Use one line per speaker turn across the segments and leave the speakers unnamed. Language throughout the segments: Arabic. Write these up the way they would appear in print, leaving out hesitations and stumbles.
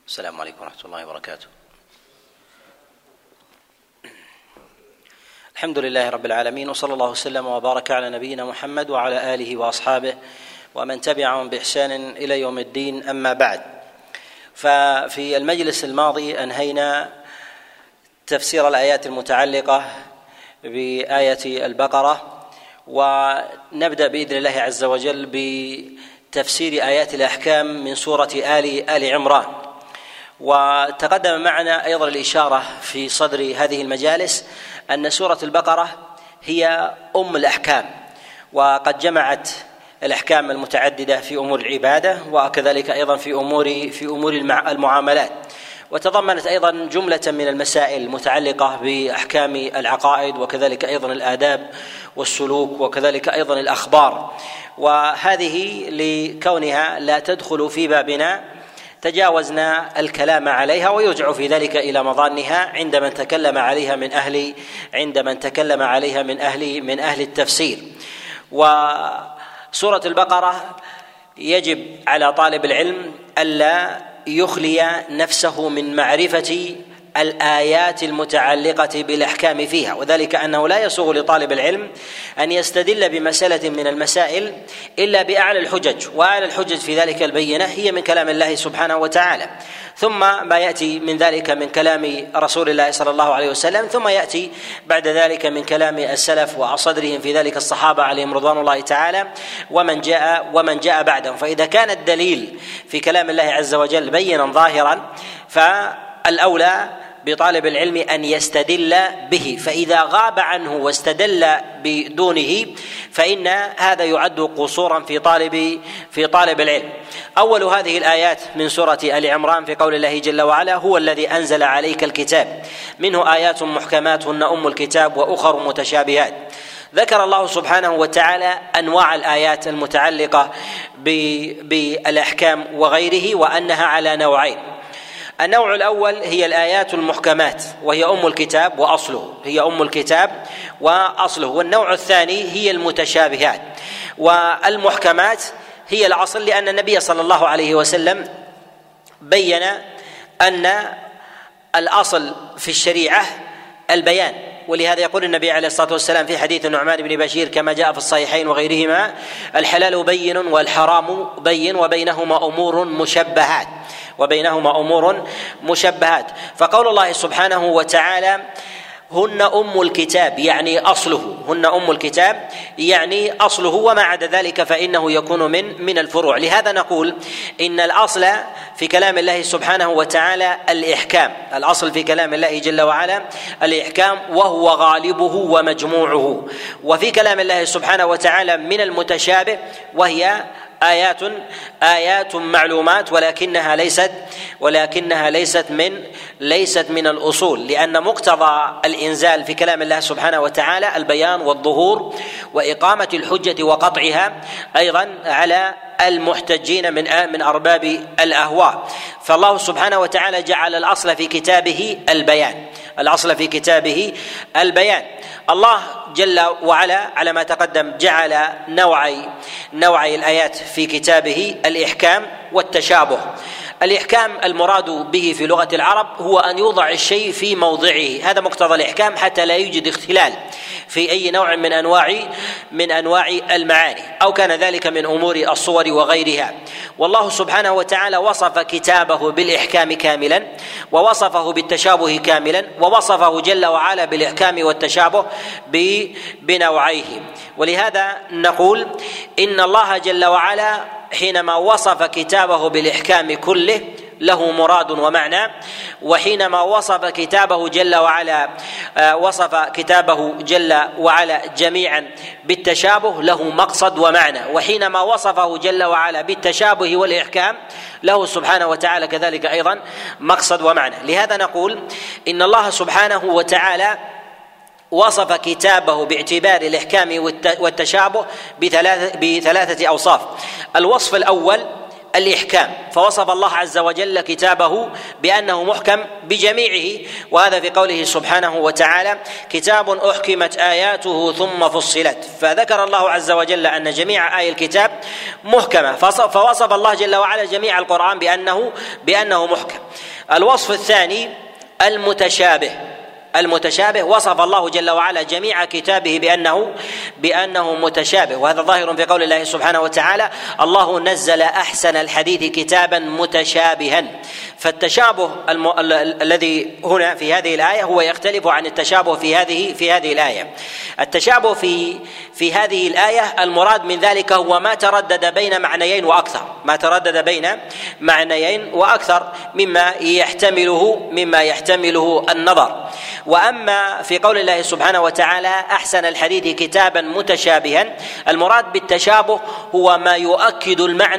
السلام عليكم ورحمة الله وبركاته. الحمد لله رب العالمين، وصلى الله وسلم وبارك على نبينا محمد وعلى آله وأصحابه ومن تبعهم بإحسان إلى يوم الدين. أما بعد، ففي المجلس الماضي أنهينا تفسير الآيات المتعلقة بآية البقرة، ونبدأ بإذن الله عز وجل بتفسير آيات الأحكام من سورة آل عمران. وتقدم معنا أيضا الإشارة في صدر هذه المجالس أن سورة البقرة هي أم الأحكام، وقد جمعت الأحكام المتعددة في أمور العبادة وكذلك أيضا في أمور المعاملات، وتضمنت أيضا جملة من المسائل المتعلقة بأحكام العقائد وكذلك أيضا الآداب والسلوك وكذلك أيضا الأخبار. وهذه لكونها لا تدخل في بابنا تجاوزنا الكلام عليها، ويرجع في ذلك إلى مظانها عند من تكلم عليها من أهل التفسير. وسورة البقرة يجب على طالب العلم ألا يخلي نفسه من معرفة الآيات المتعلقة بالأحكام فيها، وذلك أنه لا يسوغ لطالب العلم أن يستدل بمسألة من المسائل إلا بأعلى الحجج، وأعلى الحجج في ذلك البينة هي من كلام الله سبحانه وتعالى، ثم ما يأتي من ذلك من كلام رسول الله صلى الله عليه وسلم، ثم يأتي بعد ذلك من كلام السلف وصدرهم في ذلك الصحابة عليهم رضوان الله تعالى ومن جاء بعدهم. فإذا كان الدليل في كلام الله عز وجل بينا ظاهرا فالأولى بطالب العلم أن يستدل به، فإذا غاب عنه واستدل بدونه فإن هذا يعد قصورا في طالب العلم. أول هذه الآيات من سورة آل عمران في قول الله جل وعلا: هو الذي أنزل عليك الكتاب منه آيات محكمات هن أم الكتاب وأخر متشابهات. ذكر الله سبحانه وتعالى أنواع الآيات المتعلقة بالأحكام وغيره، وأنها على نوعين. النوع الأول هي الآيات المحكمات وهي أم الكتاب وأصله، والنوع الثاني هي المتشابهات. والمحكمات هي الأصل، لأن النبي صلى الله عليه وسلم بين أن الأصل في الشريعة البيان، ولهذا يقول النبي عليه الصلاة والسلام في حديث النعمان بن بشير كما جاء في الصحيحين وغيرهما: الحلال بين والحرام بين وبينهما أمور مشبهات. فقول الله سبحانه وتعالى: هن أم الكتاب يعني أصله، وما عدا ذلك فإنه يكون من الفروع. لهذا نقول إن الأصل في كلام الله سبحانه وتعالى الإحكام، الأصل في كلام الله جل وعلا الإحكام، وهو غالبه ومجموعه. وفي كلام الله سبحانه وتعالى من المتشابه وهي آيات معلومات، ولكنها ليست من الأصول، لأن مقتضى الإنزال في كلام الله سبحانه وتعالى البيان والظهور وإقامة الحجة وقطعها أيضا على المحتجين من أرباب الأهواء. فالله سبحانه وتعالى جعل الأصل في كتابه البيان. الله جل وعلا على ما تقدم جعل نوعي الآيات في كتابه الإحكام والتشابه. الإحكام المراد به في لغة العرب هو أن يوضع الشيء في موضعه، هذا مقتضى الإحكام، حتى لا يوجد اختلال في أي نوع من أنواع المعاني، أو كان ذلك من أمور الصور وغيرها. والله سبحانه وتعالى وصف كتابه بالإحكام كاملا، ووصفه بالتشابه كاملا، ووصفه جل وعلا بالإحكام والتشابه بنوعيه. ولهذا نقول إن الله جل وعلا حينما وصف كتابه بالإحكام كله له مراد ومعنى، وحينما وصف كتابه جل وعلا جميعا بالتشابه له مقصد ومعنى، وحينما وصفه جل وعلا بالتشابه والإحكام له سبحانه وتعالى كذلك أيضا مقصد ومعنى. لهذا نقول إن الله سبحانه وتعالى وصف كتابه باعتبار الإحكام والتشابه بثلاثة أوصاف. الوصف الأول الإحكام، فوصف الله عز وجل كتابه بأنه محكم بجميعه، وهذا في قوله سبحانه وتعالى: كتاب أحكمت آياته ثم فصلت، فذكر الله عز وجل أن جميع آي الكتاب محكمة، فوصف الله جل وعلا جميع القرآن بأنه محكم. الوصف الثاني المتشابه، وصف الله جل وعلا جميع كتابه بأنه متشابه، وهذا ظاهر في قول الله سبحانه وتعالى: الله نزل أحسن الحديث كتابا متشابها. فالتشابه الذي هنا في هذه الآية هو يختلف عن التشابه في هذه الآية. التشابه في هذه الآية المراد من ذلك هو ما تردد بين معنيين وأكثر مما يحتمله النظر. وأما في قول الله سبحانه وتعالى: أحسن الحديث كتابا متشابها، المراد بالتشابه هو ما يؤكد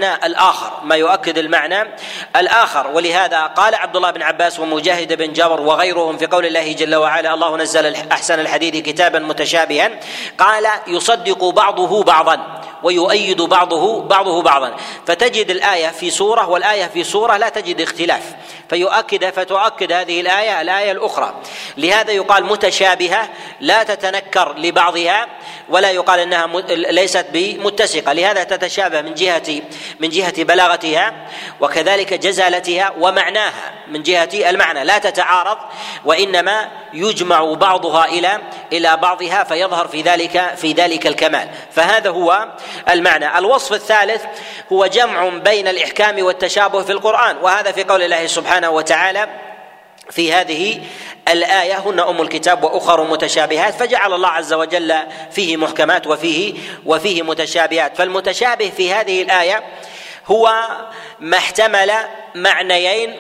المعنى الآخر، ولهذا قال عبد الله بن عباس ومجاهد بن جبر وغيرهم في قول الله جل وعلا: الله نزل أحسن الحديث كتابا متشابها، قال: يصدق بعضه بعضا ويؤيد بعضه بعضا، فتجد الآية في سورة والآية في سورة لا تجد اختلاف، فتؤكد هذه الآية الأخرى. لهذا يقال متشابهة لا تتنكر لبعضها، ولا يقال انها ليست بمتسقة، لهذا تتشابه من جهة بلاغتها وكذلك جزالتها ومعناها من جهة المعنى، لا تتعارض، وإنما يجمع بعضها إلى بعضها فيظهر في ذلك الكمال. فهذا هو المعنى. الوصف الثالث هو جمع بين الإحكام والتشابه في القرآن، وهذا في قول الله سبحانه وتعالى في هذه الآية: هن أم الكتاب وأخر متشابهات، فجعل الله عز وجل فيه محكمات وفيه متشابهات. فالمتشابه في هذه الآية هو ما احتمل معنيين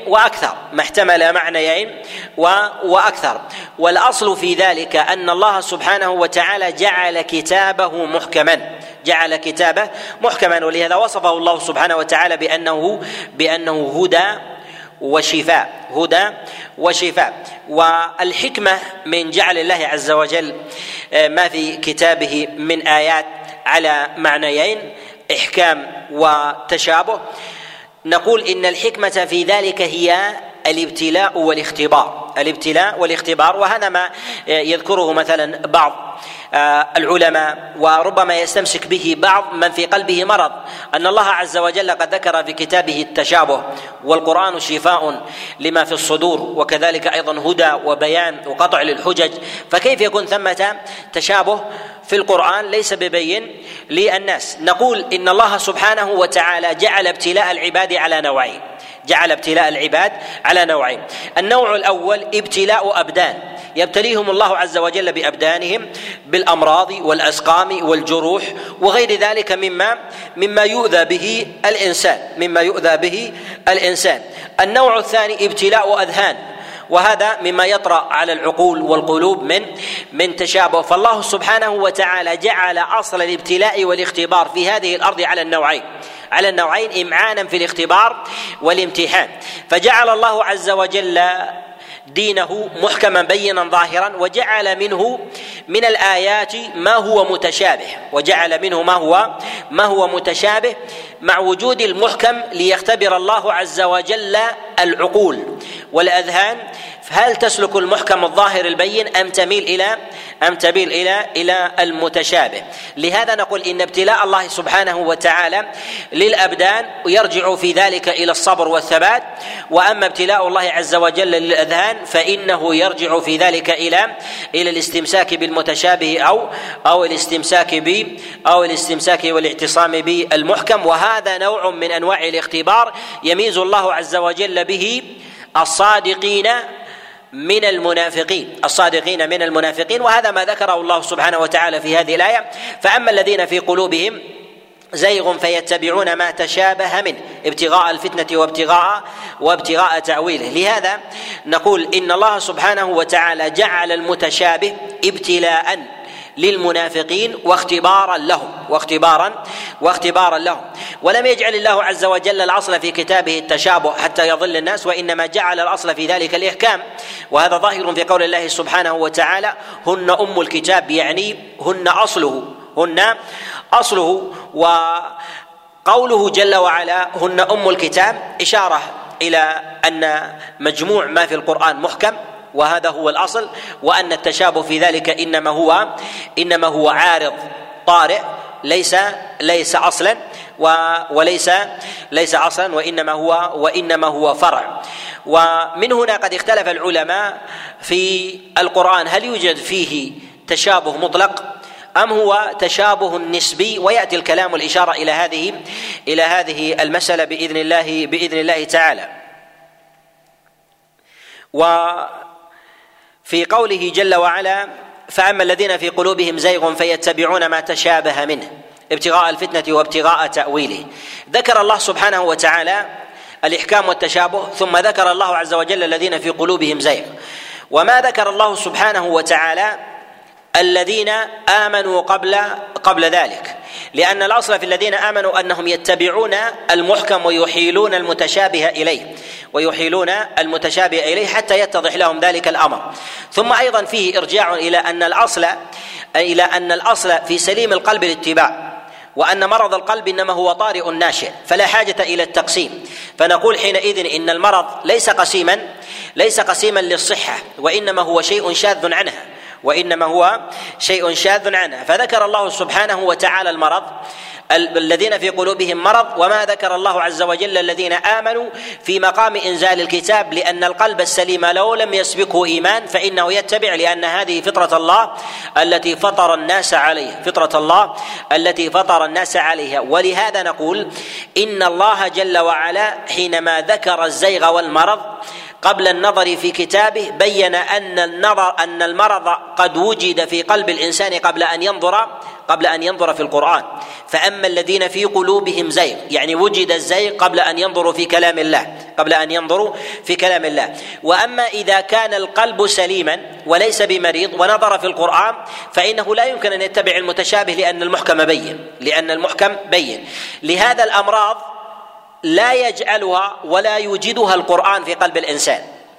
وأكثر، والأصل في ذلك أن الله سبحانه وتعالى جعل كتابه محكما، ولهذا وصفه الله سبحانه وتعالى بأنه هدى وشفاء. والحكمة من جعل الله عز وجل ما في كتابه من آيات على معنيين، إحكام وتشابه، نقول إن الحكمة في ذلك هي الابتلاء والاختبار، وهذا ما يذكره مثلا بعض العلماء، وربما يستمسك به بعض من في قلبه مرض، أن الله عز وجل قد ذكر في كتابه التشابه، والقرآن شفاء لما في الصدور، وكذلك أيضا هدى وبيان وقطع للحجج، فكيف يكون ثمة تشابه في القرآن ليس ببين للناس؟ نقول إن الله سبحانه وتعالى جعل ابتلاء العباد على نوعين. النوع الأول ابتلاء أبدان، يبتليهم الله عز وجل بأبدانهم بالأمراض والأسقام والجروح وغير ذلك مما يؤذى به الإنسان. النوع الثاني ابتلاء أذهان، وهذا مما يطرأ على العقول والقلوب من تشابه. فالله سبحانه وتعالى جعل أصل الابتلاء والاختبار في هذه الأرض على النوعين إمعانا في الاختبار والامتحان، فجعل الله عز وجل دينه محكما بينا ظاهرا، وجعل منه من الآيات ما هو متشابه مع وجود المحكم، ليختبر الله عز وجل العقول والأذهان، فهل تسلك المحكم الظاهر البين أم تميل إلى المتشابه. لهذا نقول إن ابتلاء الله سبحانه وتعالى للأبدان يرجع في ذلك إلى الصبر والثبات، وأما ابتلاء الله عز وجل للأذهان فإنه يرجع في ذلك إلى الاستمساك بالمتشابه أو الاستمساك والاعتصام بالمحكم. وهذا نوع من أنواع الاختبار يميز الله عز وجل به الصادقين من المنافقين، وهذا ما ذكره الله سبحانه وتعالى في هذه الآية: فأما الذين في قلوبهم زيغ فيتبعون ما تشابه منه ابتغاء الفتنة وابتغاء تأويله. لهذا نقول إن الله سبحانه وتعالى جعل المتشابه ابتلاء للمنافقين واختبارا لهم، ولم يجعل الله عز وجل الأصل في كتابه التشابه حتى يضل الناس، وإنما جعل الأصل في ذلك الإحكام، وهذا ظاهر في قول الله سبحانه وتعالى: هن أم الكتاب، يعني هن أصله. قوله جل وعلا هن أم الكتاب إشارة إلى أن مجموع ما في القرآن محكم، وهذا هو الأصل، وأن التشابه في ذلك إنما هو عارض طارئ ليس أصلا ليس أصلا وإنما هو فرع. ومن هنا قد اختلف العلماء في القرآن هل يوجد فيه تشابه مطلق أم هو تشابه نسبي، ويأتي الكلام والإشارة إلى هذه المسألة بإذن الله تعالى. وفي قوله جل وعلا فأما الذين في قلوبهم زيغ فيتبعون ما تشابه منه ابتغاء الفتنة وابتغاء تأويله، ذكر الله سبحانه وتعالى الإحكام والتشابه، ثم ذكر الله عز وجل الذين في قلوبهم زيغ، وما ذكر الله سبحانه وتعالى الذين آمنوا قبل ذلك، لأن الأصل في الذين آمنوا أنهم يتبعون المحكم ويحيلون المتشابه إليه حتى يتضح لهم ذلك الأمر. ثم أيضا فيه إرجاع إلى أن الأصل في سليم القلب الاتباع، وأن مرض القلب إنما هو طارئ ناشئ فلا حاجة إلى التقسيم، فنقول حينئذ إن المرض ليس قسيما للصحة، وإنما هو شيء شاذ عنها. فذكر الله سبحانه وتعالى المرض الذين في قلوبهم مرض، وما ذكر الله عز وجل الذين آمنوا في مقام إنزال الكتاب، لأن القلب السليم لو لم يسبقه إيمان فإنه يتبع، لأن هذه فطرة الله التي فطر الناس عليها. ولهذا نقول إن الله جل وعلا حينما ذكر الزيغ والمرض قبل النظر في كتابه بين أن المرض قد وجد في قلب الإنسان قبل أن ينظر في القرآن. فأما الذين في قلوبهم زيغ يعني وجد الزيغ قبل أن ينظروا في كلام الله. وأما إذا كان القلب سليما وليس بمريض ونظر في القرآن فإنه لا يمكن أن يتبع المتشابه لأن المحكم بين. لهذا الأمراض لا يجعلها ولا يوجدها القرآن في قلب الإنسان،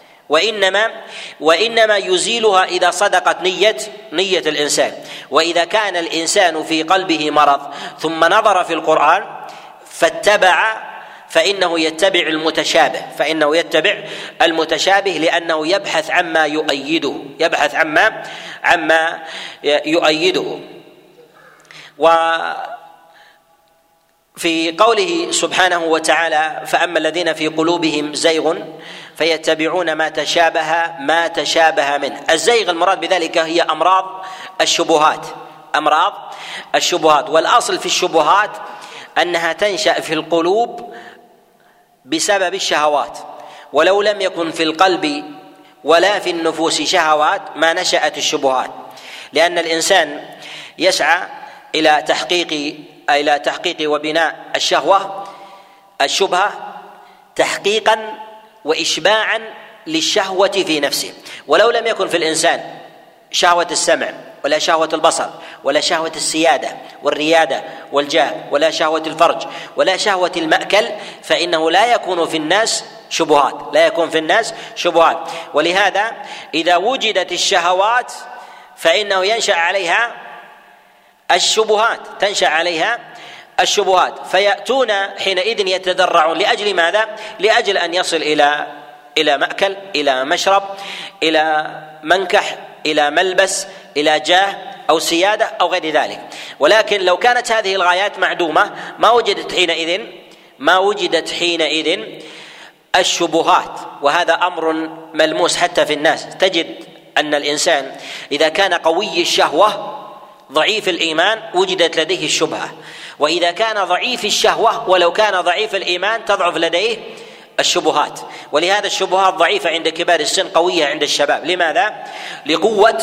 وإنما يزيلها إذا صدقت نية الإنسان. وإذا كان الإنسان في قلبه مرض ثم نظر في القرآن فاتبع فإنه يتبع المتشابه لأنه يبحث عما يؤيده. وفي قوله سبحانه وتعالى فأما الذين في قلوبهم زيغ فيتبعون ما تشابه منه، الزيغ المراد بذلك هي أمراض الشبهات. والأصل في الشبهات أنها تنشأ في القلوب بسبب الشهوات، ولو لم يكن في القلب ولا في النفوس شهوات ما نشأت الشبهات، لأن الإنسان يسعى إلى تحقيق وبناء الشبهة تحقيقا وإشباعا للشهوة في نفسه. ولو لم يكن في الإنسان شهوة السمع ولا شهوة البصر ولا شهوة السيادة والريادة والجاه ولا شهوة الفرج ولا شهوة المأكل فإنه لا يكون في الناس شبهات. ولهذا إذا وجدت الشهوات فإنه تنشأ عليها الشبهات فيأتون حينئذ يتذرعون لأجل ماذا؟ لأجل أن يصل إلى مأكل، إلى مشرب، إلى منكح، إلى ملبس، إلى جاه أو سيادة أو غير ذلك. ولكن لو كانت هذه الغايات معدومة ما وجدت حينئذ الشبهات. وهذا أمر ملموس حتى في الناس، تجد أن الإنسان إذا كان قوي الشهوة ضعيف الإيمان وجدت لديه الشبهة، وإذا كان ضعيف الشهوة ولو كان ضعيف الإيمان تضعف لديه الشبهات. ولهذا الشبهات ضعيفة عند كبار السن، قوية عند الشباب. لماذا؟ لقوة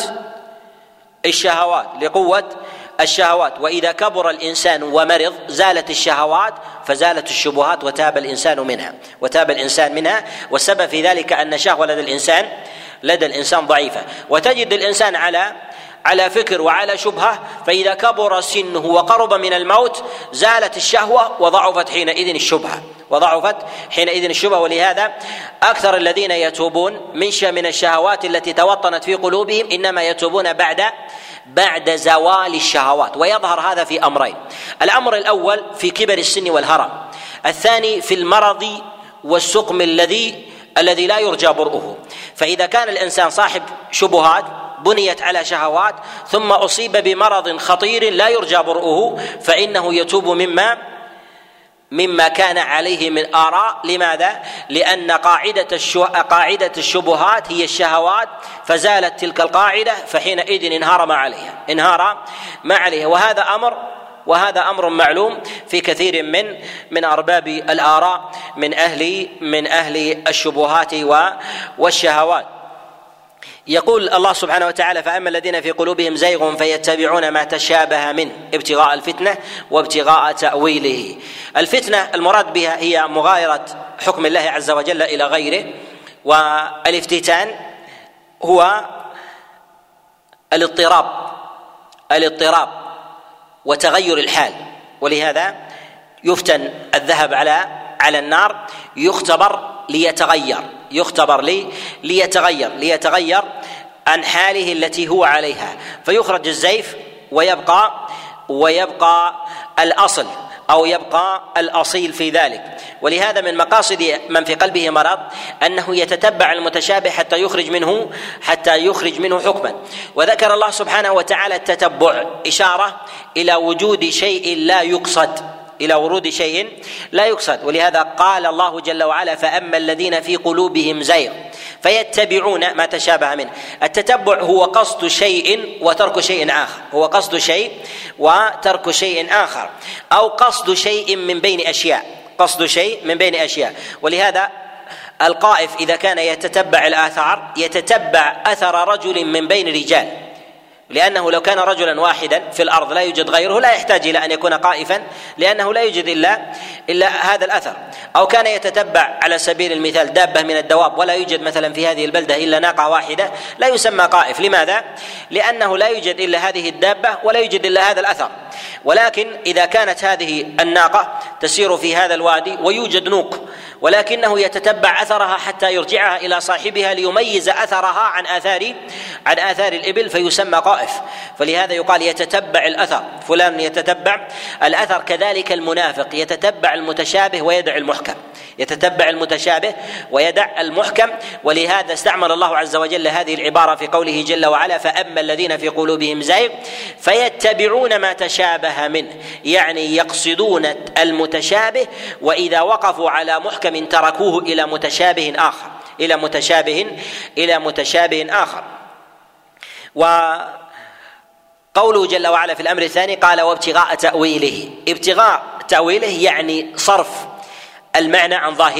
الشهوات. وإذا كبر الإنسان ومرض زالت الشهوات فزالت الشبهات وتاب الإنسان منها. والسبب في ذلك أن شهوة لدى الإنسان ضعيفة. وتجد الإنسان على فكر وعلى شبهة، فإذا كبر سنه وقرب من الموت زالت الشهوة وضعفت حينئذ الشبهة. ولهذا أكثر الذين يتوبون من الشهوات التي توطنت في قلوبهم إنما يتوبون بعد زوال الشهوات. ويظهر هذا في أمرين: الأمر الأول في كبر السن والهرم، الثاني في المرض والسقم الذي لا يرجى برؤه. فإذا كان الإنسان صاحب شبهات بنيت على شهوات ثم أصيب بمرض خطير لا يرجى برؤه فإنه يتوب مما كان عليه من آراء. لماذا؟ لأن قاعدة الشبهات هي الشهوات، فزالت تلك القاعدة فحينئذ انهار ما عليه. وهذا أمر معلوم في كثير من أرباب الآراء من أهل الشبهات والشهوات. يقول الله سبحانه وتعالى: فأما الذين في قلوبهم زيغ فيتبعون ما تشابه منه ابتغاء الفتنة وابتغاء تأويله. الفتنة المراد بها هي مغايرة حكم الله عز وجل إلى غيره، والافتتان هو الاضطراب وتغير الحال. ولهذا يفتن الذهب على النار، يختبر ليتغير عن حاله التي هو عليها، فيخرج الزيف ويبقى الأصل أو يبقى الأصيل في ذلك. ولهذا من مقاصد من في قلبه مرض أنه يتتبع المتشابه حتى يخرج منه حكما. وذكر الله سبحانه وتعالى التتبع إشارة إلى ورود شيء لا يقصد. ولهذا قال الله جل وعلا: فأما الذين في قلوبهم زيغ فيتبعون ما تشابه منه. التتبع هو قصد شيء وترك شيء آخر، أو قصد شيء من بين أشياء. ولهذا القائف إذا كان يتتبع الآثار يتتبع أثر رجل من بين رجال، لأنه لو كان رجلا واحدا في الأرض لا يوجد غيره لا يحتاج إلى أن يكون قائفا، لأنه لا يوجد إلا هذا الأثر. أو كان يتتبع على سبيل المثال دابة من الدواب ولا يوجد مثلا في هذه البلدة إلا ناقة واحدة، لا يسمى قائف. لماذا؟ لأنه لا يوجد إلا هذه الدابة ولا يوجد إلا هذا الأثر. ولكن إذا كانت هذه الناقة تسير في هذا الوادي ويوجد نوق، ولكنه يتتبع أثرها حتى يرجعها إلى صاحبها ليميز أثرها عن آثار الإبل فيسمى قائف. فلهذا يقال يتتبع الأثر، فلان يتتبع الأثر. كذلك المنافق يتتبع المتشابه ويدع المحكم. ولهذا استعمل الله عز وجل هذه العبارة في قوله جل وعلا: فأما الذين في قلوبهم زيغ فيتبعون ما تشابه منه، يعني يقصدون المتشابه، وإذا وقفوا على محكم تركوه إلى متشابه آخر. وقوله جل وعلا في الأمر الثاني قال: وابتغاء تأويله. ابتغاء تأويله يعني صرف المعنى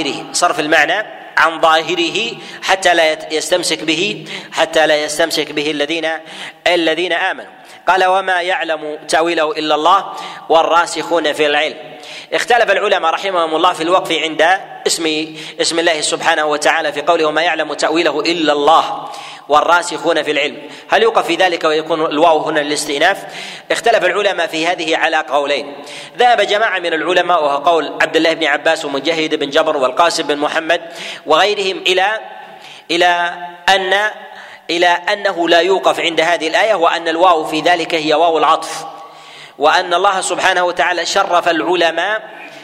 عن ظاهره حتى لا يستمسك به الذين آمنوا. قال: وما يعلم تأويله إلا الله والراسخون في العلم. اختلف العلماء رحمهم الله في الوقف عند اسم الله سبحانه وتعالى في قوله: وما يعلم تأويله إلا الله والراسخون في العلم، هل يوقف في ذلك ويكون الواو هنا للاستئناف؟ اختلف العلماء في هذه على قولين. ذهب جماعة من العلماء وهو قول عبد الله بن عباس ومجاهد بن جبر والقاسم بن محمد وغيرهم إلى أنه لا يوقف عند هذه الآية، وأن الواو في ذلك هي واو العطف، وأن الله سبحانه وتعالى شرف العلماء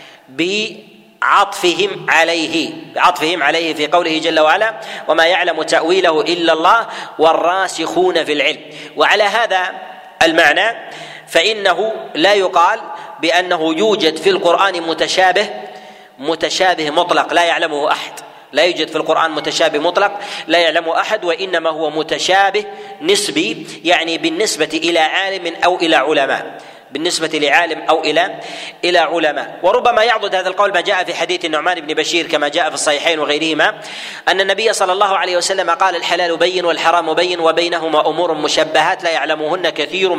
بعطفهم عليه في قوله جل وعلا: وما يعلم تأويله إلا الله والراسخون في العلم. وعلى هذا المعنى فإنه لا يقال بأنه يوجد في القرآن متشابه مطلق لا يعلمه أحد. لا يوجد في القرآن متشابه مطلق لا يعلمه أحد، وإنما هو متشابه نسبي، يعني بالنسبة إلى عالم أو إلى علماء. وربما يعضد هذا القول ما جاء في حديث النعمان بن بشير كما جاء في الصحيحين وغيرهما أن النبي صلى الله عليه وسلم قال: الحلال بين والحرام بين وبينهما أمور مشبهات لا يعلمهن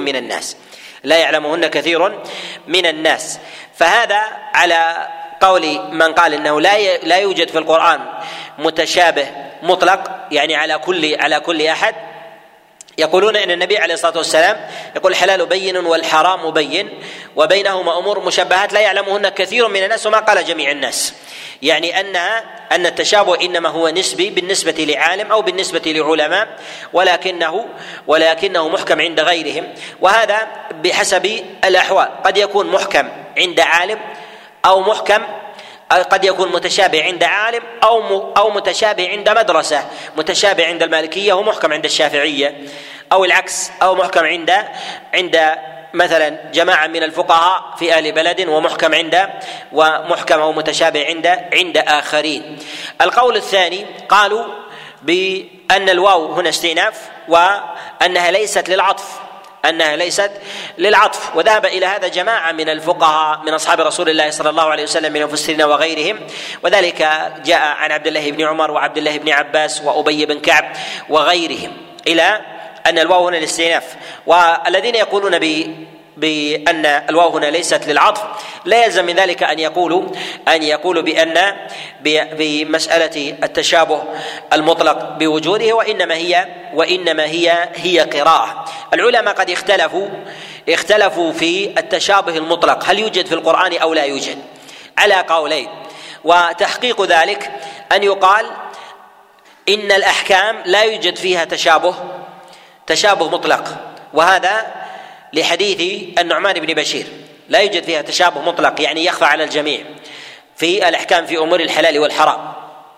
كثير من الناس. فهذا على قول من قال انه لا يوجد في القرآن متشابه مطلق، يعني على كل احد، يقولون ان النبي عليه الصلاه والسلام يقول الحلال بين والحرام بين وبينهما امور مشبهات لا يعلمهن كثير من الناس وما قال جميع الناس، يعني ان التشابه انما هو نسبي بالنسبه لعالم او بالنسبه لعلماء، ولكنه محكم عند غيرهم، وهذا بحسب الاحوال، قد يكون محكم عند عالم او محكم، قد يكون متشابه عند عالم او متشابه عند مدرسه، متشابه عند المالكيه ومحكم عند الشافعيه، او العكس، او محكم عند مثلا جماعه من الفقهاء في اهل بلد ومحكم او متشابه عند اخرين. القول الثاني قالوا بان الواو هنا استئناف وانها ليست للعطف، وذهب الى هذا جماعه من الفقهاء من اصحاب رسول الله صلى الله عليه وسلم من المفسرين وغيرهم، وذلك جاء عن عبد الله بن عمر وعبد الله بن عباس وابي بن كعب وغيرهم الى ان الواو هنا للاستئناف. والذين يقولون بأن الواو هنا ليست للعطف لا يلزم من ذلك أن يقولوا بأن بمسألة التشابه المطلق بوجوده، وإنما هي قراءة. العلماء قد اختلفوا في التشابه المطلق، هل يوجد في القرآن أو لا يوجد، على قولين، وتحقيق ذلك أن يقال إن الأحكام لا يوجد فيها تشابه مطلق، وهذا لحديث النعمان بن بشير، لا يوجد فيها تشابه مطلق يعني يخفى على الجميع في الأحكام في أمور الحلال والحرام،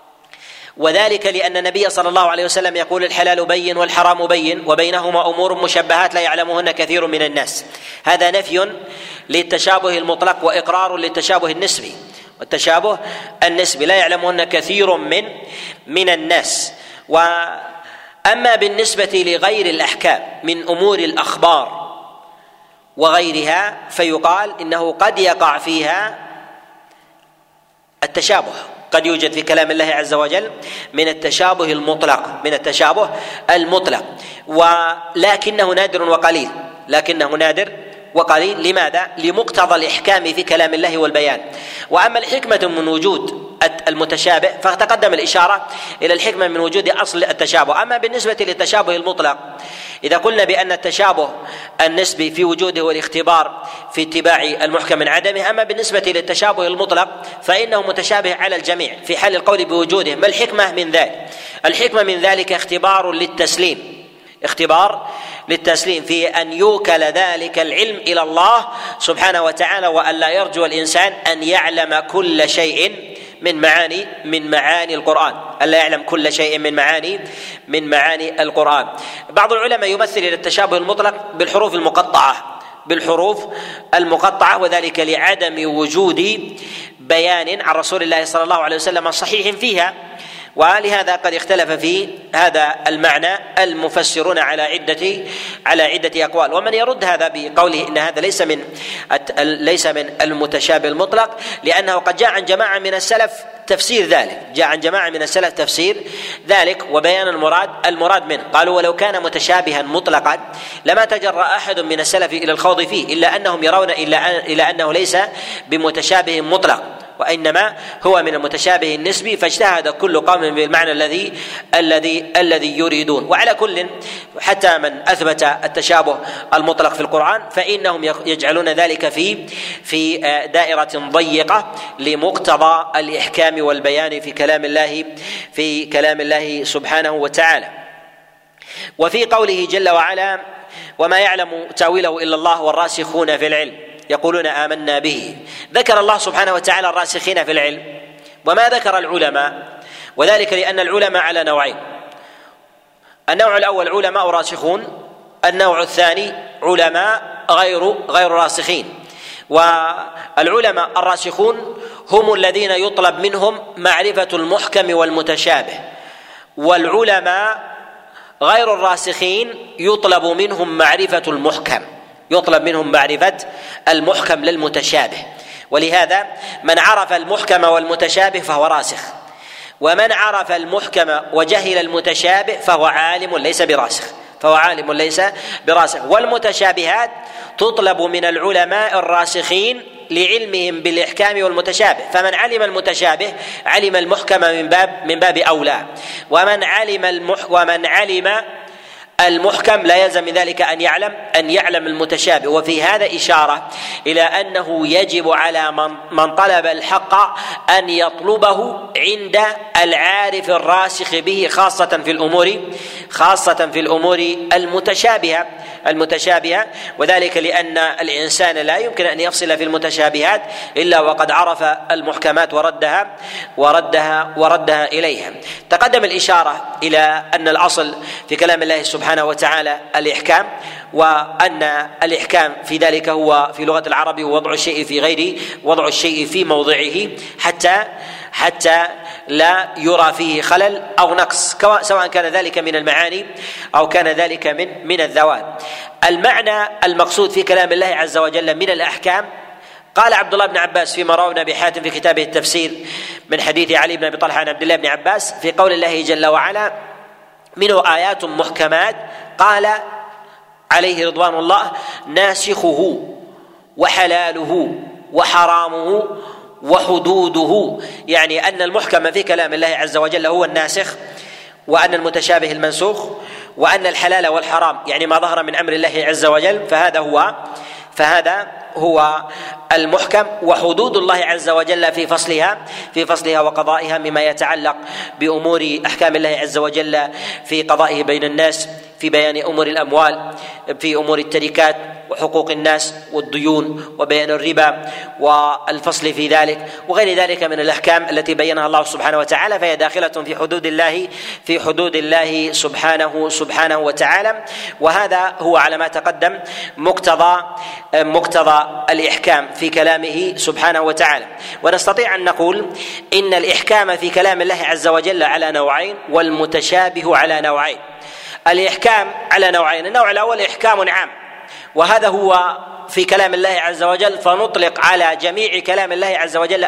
وذلك لأن النبي صلى الله عليه وسلم يقول الحلال بين والحرام بين وبينهما أمور مشبهات لا يعلمهن كثير من الناس. هذا نفي للتشابه المطلق وإقرار للتشابه النسبي، والتشابه النسبي لا يعلمهن كثير من الناس. وأما بالنسبة لغير الأحكام من أمور الأخبار وغيرها فيقال إنه قد يقع فيها التشابه، قد يوجد في كلام الله عز وجل من التشابه المطلق، ولكنه نادر وقليل. لماذا؟ لمقتضى الإحكام في كلام الله والبيان. وأما الحكمة من وجود المتشابه فتقدم الإشارة إلى الحكمة من وجود أصل التشابه. أما بالنسبة للتشابه المطلق، إذا قلنا بأن التشابه النسبي في وجوده والاختبار في اتباع المحكم من عدمه، أما بالنسبة للتشابه المطلق فإنه متشابه على الجميع في حال القول بوجوده. ما الحكمة من ذلك؟ الحكمة من ذلك اختبار للتسليم في أن يوكل ذلك العلم إلى الله سبحانه وتعالى، وأن لا يرجو الإنسان أن يعلم كل شيء من معاني القرآن، ألا يعلم كل شيء من معاني القرآن. بعض العلماء يمثل إلى التشابه المطلق بالحروف المقطعة، وذلك لعدم وجود بيان عن رسول الله صلى الله عليه وسلم صحيح فيها، ولهذا قد اختلف في هذا المعنى المفسرون على عدة أقوال. ومن يرد هذا بقوله إن هذا ليس من المتشابه المطلق، لأنه قد جاء عن جماعة من السلف تفسير ذلك وبيان المراد منه. قالوا ولو كان متشابها مطلقا لما تجرأ أحد من السلف إلى الخوض فيه، إلا أنهم يرون إلا أنه ليس بمتشابه مطلق، وإنما هو من المتشابه النسبي، فاجتهد كل قوم بالمعنى الذي يريدون. وعلى كل، حتى من أثبت التشابه المطلق في القرآن فإنهم يجعلون ذلك في دائرة ضيقة لمقتضى الإحكام والبيان في كلام الله سبحانه وتعالى. وفي قوله جل وعلا وما يعلم تأويله إلا الله والراسخون في العلم يقولون آمنا به، ذكر الله سبحانه وتعالى الراسخين في العلم وما ذكر العلماء، وذلك لأن العلماء على نوعين: النوع الأول علماء راسخون، النوع الثاني علماء غير راسخين. والعلماء الراسخون هم الذين يطلب منهم معرفة المحكم والمتشابه، والعلماء غير الراسخين يطلب منهم معرفة المحكم للمتشابه. ولهذا من عرف المحكم والمتشابه فهو راسخ، ومن عرف المحكم وجهل المتشابه فهو عالم ليس براسخ. والمتشابهات تطلب من العلماء الراسخين لعلمهم بالإحكام والمتشابه، فمن علم المتشابه علم المحكم من باب أولى، ومن علم المحكم لا يلزم من ذلك أن يعلم المتشابه. وفي هذا إشارة إلى أنه يجب على من طلب الحق أن يطلبه عند العارف الراسخ به، خاصة في الأمور المتشابهة، وذلك لأن الإنسان لا يمكن أن يفصل في المتشابهات إلا وقد عرف المحكمات وردها إليها. تقدم الإشارة إلى أن الأصل في كلام الله سبحانه وتعالى الإحكام، وأن الإحكام في ذلك هو في لغة العرب وضع الشيء في موضعه حتى لا يرى فيه خلل أو نقص، سواء كان ذلك من المعاني أو كان ذلك من الذوات. المعنى المقصود في كلام الله عز وجل من الأحكام، قال عبد الله بن عباس فيما روى ابن أبي حاتم في كتابه التفسير من حديث علي بن أبي طلحة عن عبد الله بن عباس في قول الله جل وعلا: منه آيات محكمات، قال عليه رضوان الله: ناسخه وحلاله وحرامه وحدوده، يعني أن المحكم في كلام الله عز وجل هو الناسخ، وأن المتشابه المنسوخ، وأن الحلال والحرام يعني ما ظهر من أمر الله عز وجل فهذا هو المحكم، وحدود الله عز وجل في فصلها وقضائها مما يتعلق بأمور أحكام الله عز وجل في قضائه بين الناس، في بيان أمور الأموال، في أمور التركات وحقوق الناس والديون، وبيان الربا والفصل في ذلك وغير ذلك من الأحكام التي بينها الله سبحانه وتعالى، فهي داخلة في حدود الله سبحانه وتعالى. وهذا هو على ما تقدم مقتضى الإحكام في كلامه سبحانه وتعالى. ونستطيع أن نقول إن الإحكام في كلام الله عز وجل على نوعين، والمتشابه على نوعين. الإحكام على نوعين: النوع الأول إحكام عام، وهذا هو في كلام الله عز وجل، فنطلق على جميع كلام الله عز وجل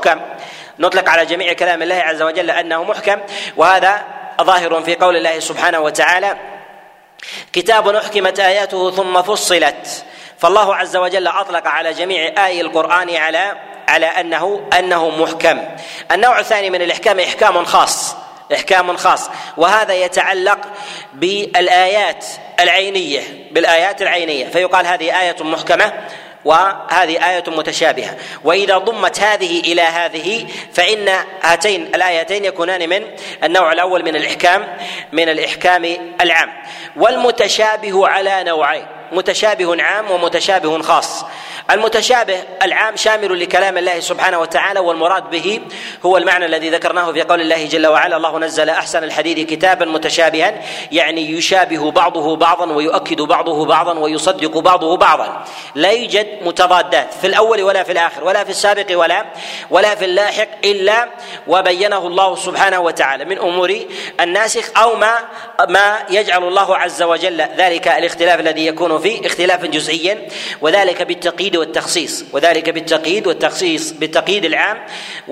أنه محكم، وهذا ظاهر في قول الله سبحانه وتعالى: كتاب أحكمت آياته ثم فصلت. فالله عز وجل أطلق على جميع آي القرآن على أنه محكم. النوع الثاني من الإحكام إحكام خاص، وهذا يتعلق بالآيات العينية، فيقال هذه آية محكمة وهذه آية متشابهة. وإذا ضمت هذه إلى هذه فإن هاتين الآيتين يكونان من النوع الأول من الإحكام العام. والمتشابه على نوعين: متشابه عام ومتشابه خاص. المتشابه العام شامل لكلام الله سبحانه وتعالى، والمراد به هو المعنى الذي ذكرناه في قول الله جل وعلا: الله نزل أحسن الحديث كتابا متشابها، يعني يشابه بعضه بعضا ويؤكد بعضه بعضا ويصدق بعضه بعضا، لا يوجد متضادات في الأول ولا في الآخر ولا في السابق ولا في اللاحق، إلا وبينه الله سبحانه وتعالى من أمور الناسخ أو ما يجعل الله عز وجل ذلك الاختلاف الذي يكون فيه اختلافا جزئيا، وذلك بالتقييد والتخصيص، بالتقييد العام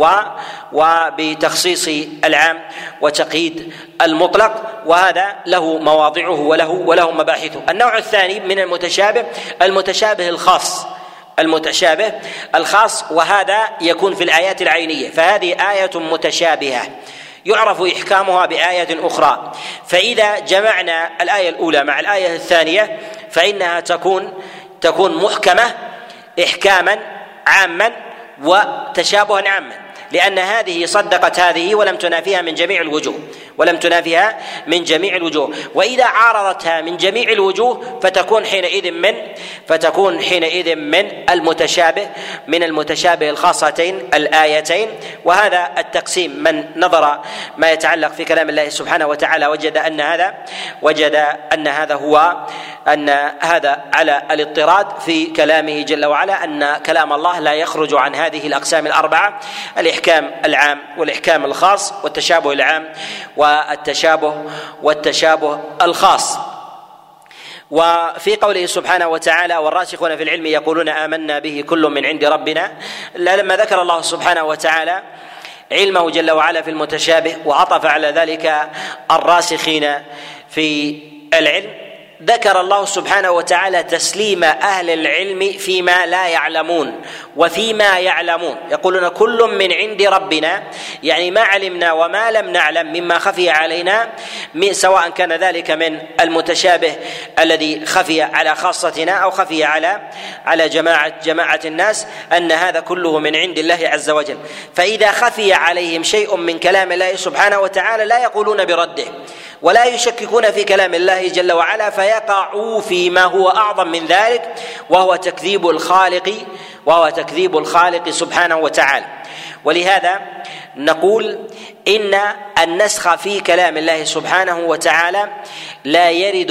وبتخصيص العام وتقييد المطلق، وهذا له مواضعه وله مباحثه. النوع الثاني من المتشابه الخاص، وهذا يكون في الآيات العينية، فهذه آية متشابهة يعرف إحكامها بآية أخرى، فإذا جمعنا الآية الأولى مع الآية الثانية فإنها تكون محكمة إحكاما عاما وتشابها عاما، لأن هذه صدقت هذه ولم تنافيها من جميع الوجوه، وإذا عارضتها من جميع الوجوه فتكون حينئذ من المتشابه الخاصتين الآيتين. وهذا التقسيم من نظر ما يتعلق في كلام الله سبحانه وتعالى وجد أن هذا على الاضطراد في كلامه جل وعلا، أن كلام الله لا يخرج عن هذه الأقسام الأربعة: الإحكام العام والإحكام الخاص والتشابه العام والتشابه الخاص. وفي قوله سبحانه وتعالى: والراسخون في العلم يقولون آمنا به كل من عند ربنا، لما ذكر الله سبحانه وتعالى علمه جل وعلا في المتشابه وعطف على ذلك الراسخين في العلم، ذكر الله سبحانه وتعالى تسليم أهل العلم فيما لا يعلمون وفيما يعلمون، يقولون كل من عند ربنا، يعني ما علمنا وما لم نعلم مما خفي علينا، سواء كان ذلك من المتشابه الذي خفي على خاصتنا أو خفي على جماعة الناس، أن هذا كله من عند الله عز وجل. فإذا خفي عليهم شيء من كلام الله سبحانه وتعالى لا يقولون برده ولا يشككون في كلام الله جل وعلا، فيقعوا فيما هو أعظم من ذلك، وهو تكذيب الخالق سبحانه وتعالى. ولهذا نقول إن النسخ في كلام الله سبحانه وتعالى لا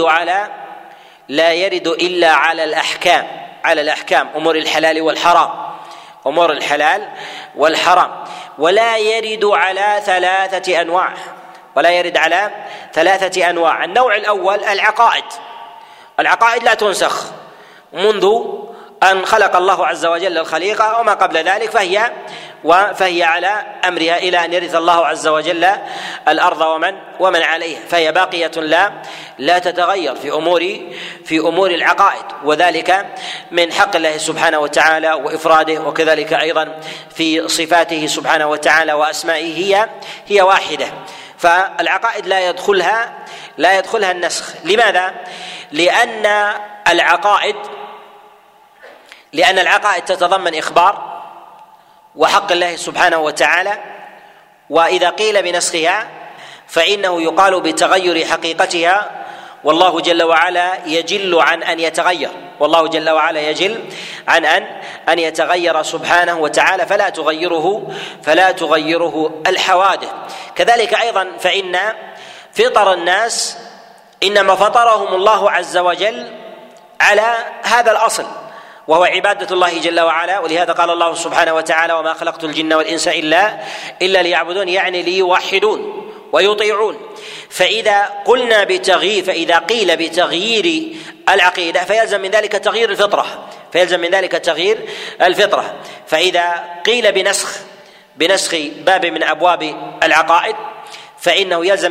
يرد إلا على الأحكام أمور الحلال والحرام، ولا يرد على ثلاثة أنواع. النوع الأول العقائد لا تنسخ منذ أن خلق الله عز وجل الخليقة وما قبل ذلك، فهي على أمرها إلى أن يرث الله عز وجل الأرض ومن عليها، فهي باقية لا تتغير في أمور العقائد، وذلك من حق الله سبحانه وتعالى وإفراده، وكذلك أيضا في صفاته سبحانه وتعالى وأسمائه هي واحدة. فالعقائد لا يدخلها النسخ. لماذا؟ لأن العقائد تتضمن إخبار وحق الله سبحانه وتعالى، وإذا قيل بنسخها فإنه يقال بتغير حقيقتها، والله جل وعلا يجل عن أن يتغير سبحانه وتعالى، فلا تغيره الحوادث. كذلك أيضا فإن فطر الناس إنما فطرهم الله عز وجل على هذا الأصل، وهو عبادة الله جل وعلا. ولهذا قال الله سبحانه وتعالى: وما خلقت الجن والإنس إلا ليعبدون، يعني ليوحدون ويطيعون. فإذا قيل بتغيير العقيدة فيلزم من ذلك تغيير الفطرة. فإذا قيل بنسخ باب من أبواب العقائد فإنه يلزم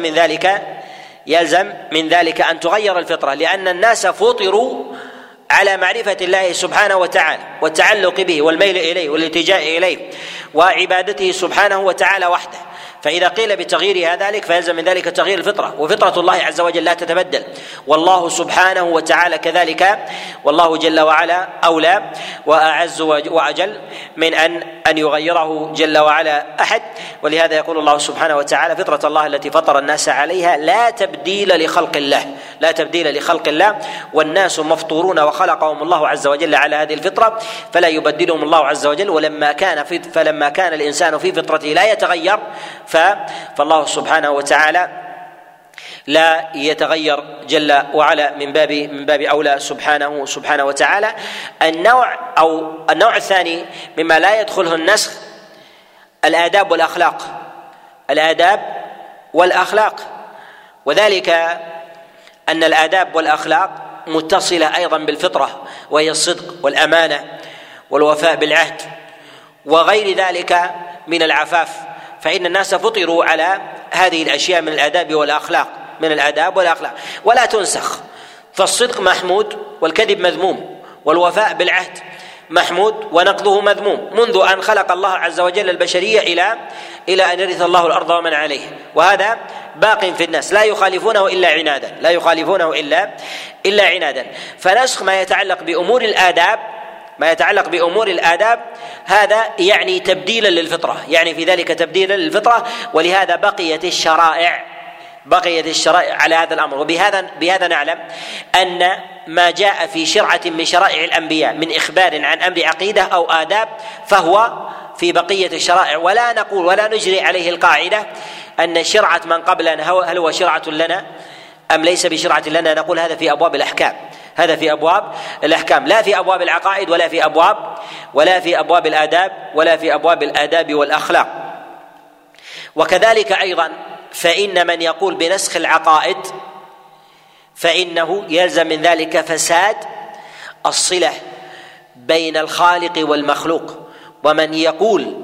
من ذلك أن تغير الفطرة، لأن الناس فطروا على معرفة الله سبحانه وتعالى والتعلق به والميل إليه والالتجاء إليه وعبادته سبحانه وتعالى وحده. فإذا قيل بتغييرها ذلك فيلزم من ذلك تغيير الفطرة، وفطرة الله عز وجل لا تتبدل، والله سبحانه وتعالى كذلك، والله جل وعلا أولى وأعز وأجل من أن يغيره جل وعلا أحد. ولهذا يقول الله سبحانه وتعالى: فطرة الله التي فطر الناس عليها لا تبديل لخلق الله، والناس مفطورون وخلقهم الله عز وجل على هذه الفطرة فلا يبدلهم الله عز وجل. فلما كان الإنسان في فطرته لا يتغير، فالله سبحانه وتعالى لا يتغير جل وعلا من باب أولى سبحانه وتعالى. النوع الثاني مما لا يدخله النسخ الآداب والأخلاق، وذلك أن الآداب والأخلاق متصلة أيضا بالفطرة، وهي الصدق والأمانة والوفاء بالعهد وغير ذلك من العفاف. فإن الناس فطروا على هذه الأشياء من الآداب والأخلاق ولا تنسخ. فالصدق محمود والكذب مذموم، والوفاء بالعهد محمود ونقضه مذموم، منذ أن خلق الله عز وجل البشرية إلى أن يرث الله الأرض ومن عليه، وهذا باق في الناس لا يخالفونه إلا عنادا. فنسخ ما يتعلق بأمور الآداب هذا يعني تبديلا للفطرة، يعني في ذلك تبديلا للفطرة. ولهذا بقيت الشرائع على هذا الأمر. وبهذا نعلم أن ما جاء في شرعة من شرائع الأنبياء من إخبار عن أمر عقيدة أو آداب فهو في بقية الشرائع، ولا نجري عليه القاعدة أن شرعة من قبلنا هل هو شرعة لنا أم ليس بشرعة لنا. نقول هذا في أبواب الأحكام، لا في أبواب العقائد ولا في أبواب الآداب ولا في أبواب الآداب والأخلاق. وكذلك أيضا فإن من يقول بنسخ العقائد فإنه يلزم من ذلك فساد الصلة بين الخالق والمخلوق، ومن يقول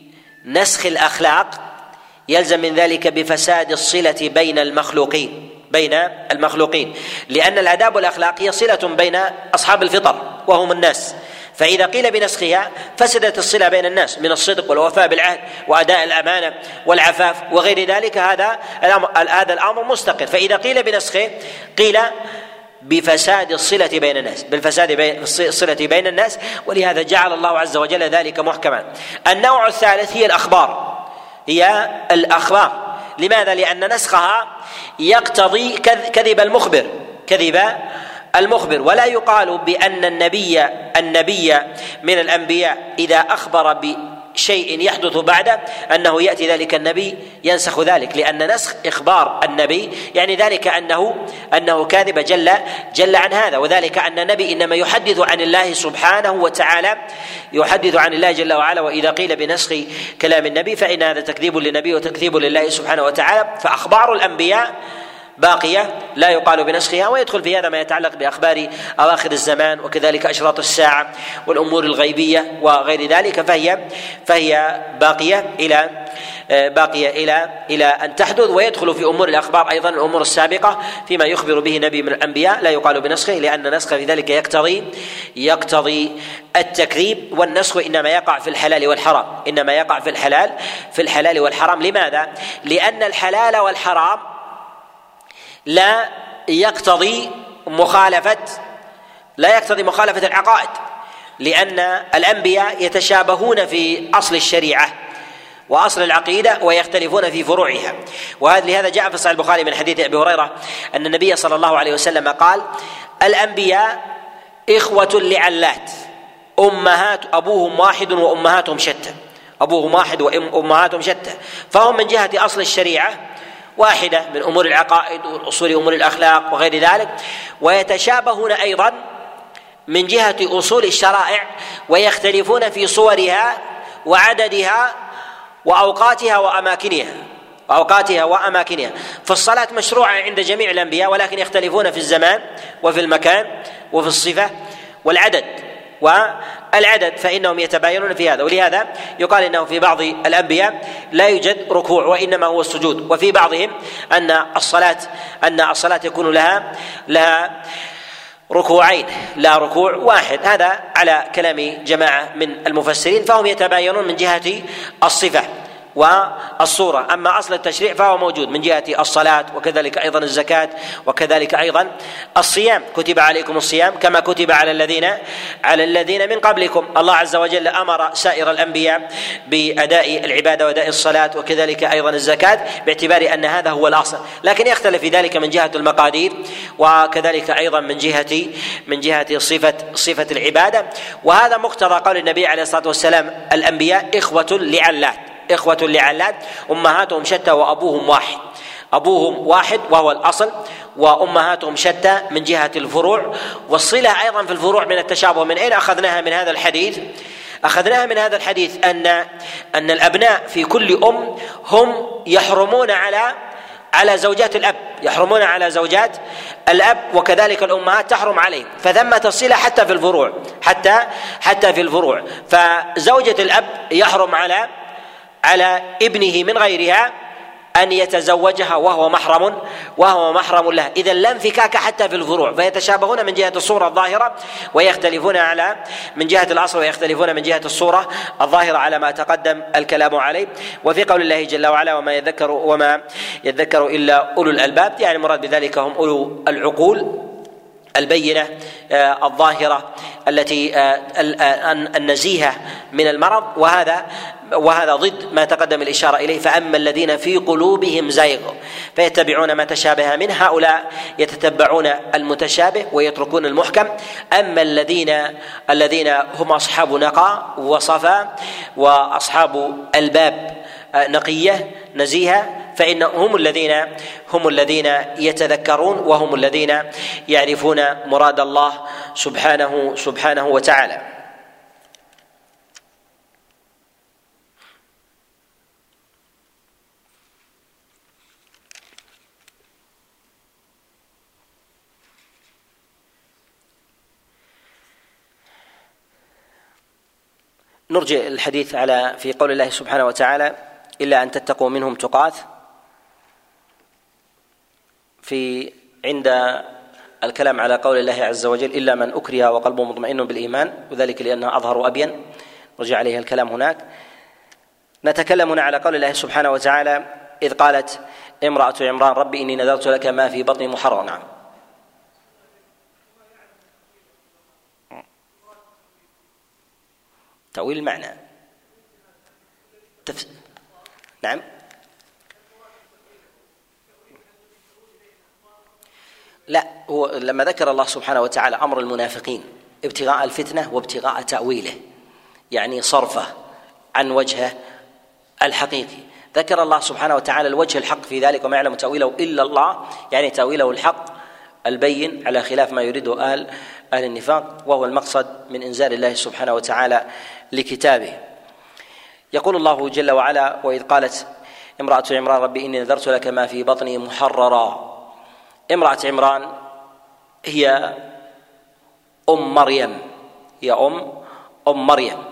بنسخ الأخلاق يلزم من ذلك بفساد الصلة بين بين المخلوقين، لأن الآداب والأخلاق هي صلة بين أصحاب الفطر وهم الناس، فإذا قيل بنسخها فسدت الصلة بين الناس من الصدق والوفاء بالعهد وأداء الأمانة والعفاف وغير ذلك. هذا الأمر مستقر. فإذا قيل بنسخه قيل بفساد الصلة بين الناس، بالفساد الصلة بين الناس، ولهذا جعل الله عز وجل ذلك محكما. النوع الثالث هي الأخبار. لماذا؟ لأن نسخها يقتضي كذب المخبر، ولا يقال بأن النبي من الأنبياء إذا أخبر بشيء يحدث بعده أنه يأتي ذلك النبي ينسخ ذلك، لأن نسخ إخبار النبي يعني ذلك أنه كاذب جل عن هذا، وذلك أن النبي إنما يحدث عن الله سبحانه وتعالى، يحدث عن الله جل وعلا. وإذا قيل بنسخ كلام النبي فإن هذا تكذيب للنبي وتكذيب لله سبحانه وتعالى. فأخبار الأنبياء باقية لا يقال بنسخها، ويدخل في هذا ما يتعلق بأخبار أواخر الزمان وكذلك أشراط الساعة والأمور الغيبية وغير ذلك، فهي باقية إلى أن تحدث. ويدخل في أمور الأخبار أيضا الأمور السابقة فيما يخبر به نبي من الأنبياء لا يقال بنسخه، لأن نسخه في ذلك يقتضي التكذيب. والنسخ إنما يقع في الحلال والحرام. لماذا؟ لأن الحلال والحرام لا يقتضي مخالفة العقائد، لأن الأنبياء يتشابهون في أصل الشريعة وأصل العقيدة ويختلفون في فروعها. ولهذا جاء في صحيح البخاري من حديث أبي هريرة أن النبي صلى الله عليه وسلم قال: الأنبياء إخوة لعلات، أبوهم واحد وأمهاتهم شتى، فهم من جهة أصل الشريعة واحدة من أمور العقائد والأصول أمور الأخلاق وغير ذلك، ويتشابهون أيضا من جهة أصول الشرائع، ويختلفون في صورها وعددها وأوقاتها وأماكنها. فالصلاة مشروعة عند جميع الأنبياء، ولكن يختلفون في الزمان وفي المكان وفي الصفة والعدد فإنهم يتباينون في هذا. ولهذا يقال إنه في بعض الأنبياء لا يوجد ركوع وإنما هو السجود، وفي بعضهم أن الصلاة يكون لها ركوعين لا ركوع واحد. هذا على كلام جماعة من المفسرين، فهم يتباينون من جهة الصفة والصورة. أما أصل التشريع فهو موجود من جهة الصلاة وكذلك أيضا الزكاة وكذلك أيضا الصيام. كتب عليكم الصيام كما كتب على الذين من قبلكم. الله عز وجل أمر سائر الأنبياء بأداء العبادة وأداء الصلاة وكذلك أيضا الزكاة، باعتبار أن هذا هو الأصل، لكن يختلف في ذلك من جهة المقادير وكذلك أيضا من جهة صفة العبادة. وهذا مقتضى قول النبي عليه الصلاة والسلام: الأنبياء إخوة لعلات، أمهاتهم شتى وأبوهم واحد وهو الأصل، وأمهاتهم شتى من جهة الفروع. والصلة أيضا في الفروع من التشابه. من أين أخذناها؟ من هذا الحديث. أخذناها من هذا الحديث أن الأبناء في كل هم يحرمون على زوجات الأب، يحرمون على زوجات الأب، وكذلك الأمهات تحرم عليهم، فثمة الصلة حتى في الفروع. فزوجة الأب يحرم على ابنه من غيرها أن يتزوجها وهو محرم له. إذا لا انفكاك حتى في الفروع، فيتشابهون من جهة الصورة الظاهرة ويختلفون من جهة الأصل، ويختلفون من جهة الصورة الظاهرة على ما تقدم الكلام عليه. وفي قول الله جل وعلا: وما يذكر إلا أولو الألباب، يعني المراد بذلك هم أولو العقول البينة الظاهرة التي النزيهة من المرض. وهذا ضد ما تقدم الإشارة إليه: فأما الذين في قلوبهم زيغ فيتبعون ما تشابه منه، هؤلاء يتتبعون المتشابه ويتركون المحكم. أما الذين هم أصحاب نقاء وصفا وأصحاب الباب نقية نزيهة، فإنهم هم الذين يتذكرون، وهم الذين يعرفون مراد الله سبحانه وتعالى. نرجع الحديث في قول الله سبحانه وتعالى: إلا أن تتقوا منهم تقاة. في عند الكلام على قول الله عز وجل إلا من أكره وقلبه مطمئن بالإيمان، وذلك لأنها أظهر وأبين، رجع عليه الكلام هناك. نتكلم هنا على قول الله سبحانه وتعالى إذ قالت امرأة عمران ربي إني نذرت لك ما في بطني محررا. نعم. تأويل المعنى. نعم. لا، هو لما ذكر الله سبحانه وتعالى أمر المنافقين ابتغاء الفتنة وابتغاء تأويله، يعني صرفه عن وجهه الحقيقي، ذكر الله سبحانه وتعالى الوجه الحق في ذلك وما يعلم تأويله إلا الله، يعني تأويله الحق البين على خلاف ما يريده أهل النفاق، وهو المقصد من إنزال الله سبحانه وتعالى لكتابه. يقول الله جل وعلا وإذ قالت امرأة عمران ربي إني نذرت لك ما في بطني محررا. امرأة عمران هي أم مريم، هي أم مريم.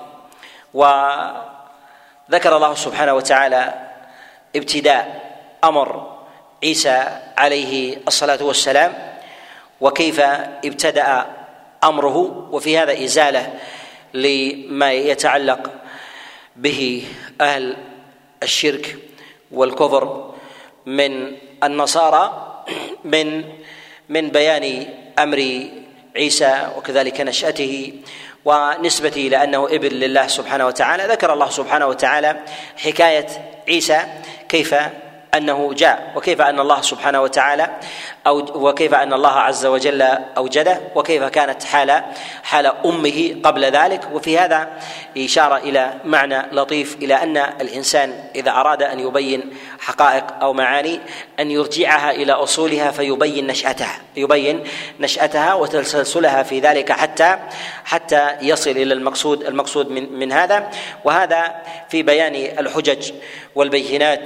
وذكر الله سبحانه وتعالى ابتداء أمر عيسى عليه الصلاة والسلام وكيف ابتدأ أمره، وفي هذا إزالة لما يتعلق به أهل الشرك والكفر من النصارى من بيان أمر عيسى وكذلك نشأته ونسبته إلى أنه ابن لله سبحانه وتعالى. ذكر الله سبحانه وتعالى حكاية عيسى كيف أنه جاء، وكيف أن الله سبحانه وتعالى وكيف أن الله عز وجل أوجده، وكيف كانت حال أمه قبل ذلك. وفي هذا إشارة إلى معنى لطيف، إلى أن الإنسان إذا أراد أن يبين حقائق أو معاني أن يرجعها إلى أصولها فيبين نشأتها وتسلسلها في ذلك حتى يصل إلى المقصود من هذا. وهذا في بيان الحجج والبينات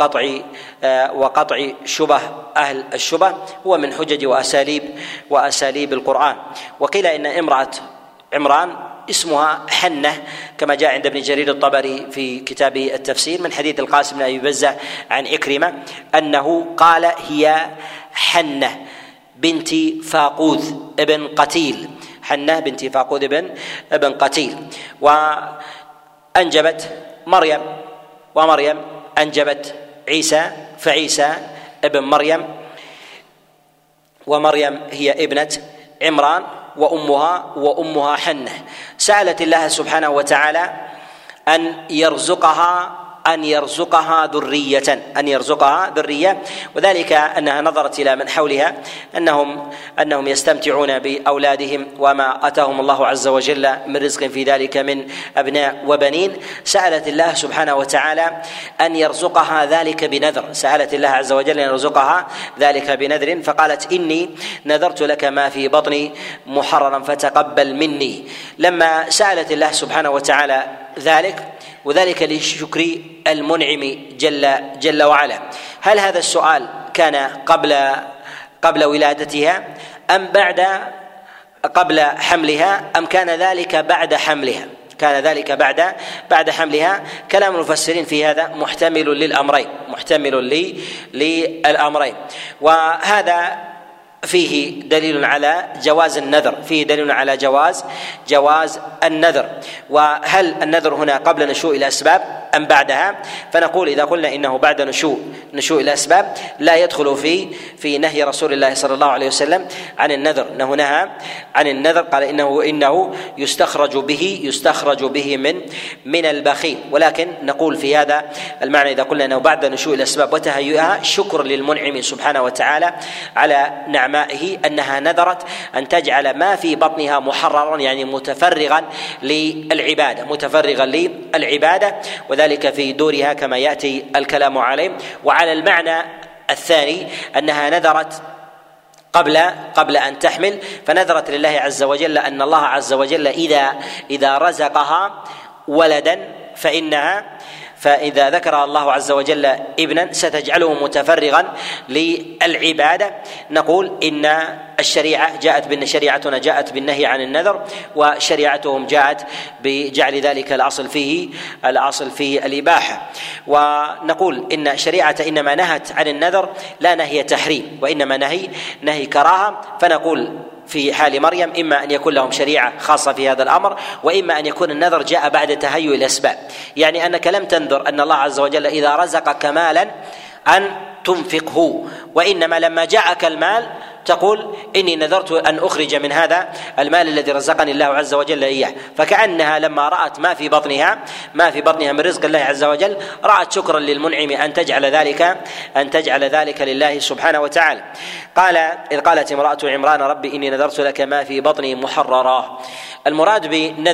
وقطع شبه أهل الشبه هو من حجج وأساليب القرآن. وقيل إن امرأة عمران اسمها حنة كما جاء عند ابن جرير الطبري في كتابه التفسير من حديث القاسم بن أبي بزة عن عكرمة أنه قال هي حنة بنت فاقوذ ابن قتيل، حنة بنت فاقوذ ابن قتيل، وأنجبت مريم، ومريم أنجبت عيسى، فعيسى ابن مريم، ومريم هي ابنة عمران وأمها حنة. سألت الله سبحانه وتعالى أن يرزقها ذرية، وذلك أنها نظرت إلى من حولها أنهم يستمتعون بأولادهم وما أتاهم الله عز وجل من رزق في ذلك من أبناء وبنين. سألت الله سبحانه وتعالى أن يرزقها ذلك بنذر، سألت الله عز وجل أن يرزقها ذلك بنذر، فقالت إني نذرت لك ما في بطني محررا فتقبل مني. لما سألت الله سبحانه وتعالى ذلك، وذلك لشكر المنعم جل وعلا. هل هذا السؤال كان قبل ولادتها أم قبل حملها أم كان ذلك بعد حملها؟ كان ذلك بعد حملها. كلام المفسرين في هذا محتمل للأمرين، وهذا فيه دليل على جواز النذر، جواز النذر. وهل النذر هنا قبل نشوء الأسباب أم بعدها؟ فنقول إذا قلنا إنه بعد نشوء الأسباب لا يدخل في نهي رسول الله صلى الله عليه وسلم عن النذر، أنه نهى عن النذر، قال إنه يستخرج به من البخيل. ولكن نقول في هذا المعنى إذا قلنا أنه بعد نشوء الأسباب وتهيئها شكر للمنعم سبحانه وتعالى على نعمائه، أنها نذرت أن تجعل ما في بطنها محررا، يعني متفرغا للعبادة، وذلك في دورها كما يأتي الكلام عليه. وعلى المعنى الثاني أنها نذرت قبل أن تحمل، فنذرت لله عز وجل أن الله عز وجل إذا رزقها ولدا فإذا ذكر الله عز وجل ابنا ستجعله متفرغا للعبادة. نقول إن شريعتنا جاءت بالنهي عن النذر، وشريعتهم جاءت بجعل ذلك الأصل فيه الإباحة. ونقول إن شريعة إنما نهت عن النذر لا نهي تحريم، وإنما نهي كراهة. فنقول في حال مريم إما أن يكون لهم شريعة خاصة في هذا الأمر، وإما أن يكون النذر جاء بعد تهيؤ الأسباب، يعني أنك لم تنذر أن الله عز وجل إذا رزقك مالا أن تنفقه، وإنما لما جاءك المال تقول إني نذرت أن أخرج من هذا المال الذي رزقني الله عز وجل إياه. فكأنها لما رأت ما في بطنها من رزق الله عز وجل رأت شكرا للمنعم أن تجعل ذلك لله سبحانه وتعالى. إذ قالت امرأة عمران ربي إني نذرت لك ما في بطني محررا. المراد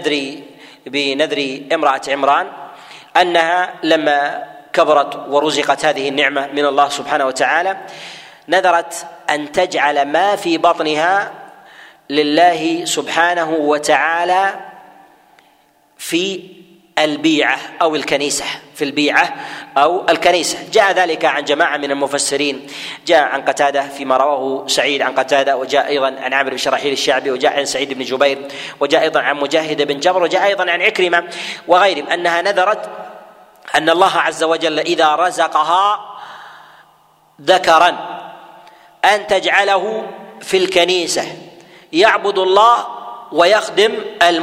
بنذر امرأة عمران أنها لما كبرت ورزقت هذه النعمة من الله سبحانه وتعالى نذرت أن تجعل ما في بطنها لله سبحانه وتعالى في البيعة أو الكنيسة، في البيعة أو الكنيسة. جاء ذلك عن جماعة من المفسرين، جاء عن قتادة فيما رواه سعيد عن قتادة، وجاء أيضا عن عمرو بن شرحيل الشعبي، وجاء عن سعيد بن جبير، وجاء أيضا عن مجاهد بن جبر، وجاء أيضا عن عكرمة وغيرهم أنها نذرت أن الله عز وجل إذا رزقها ذكرا أن تجعله في الكنيسة يعبد الله ويخدم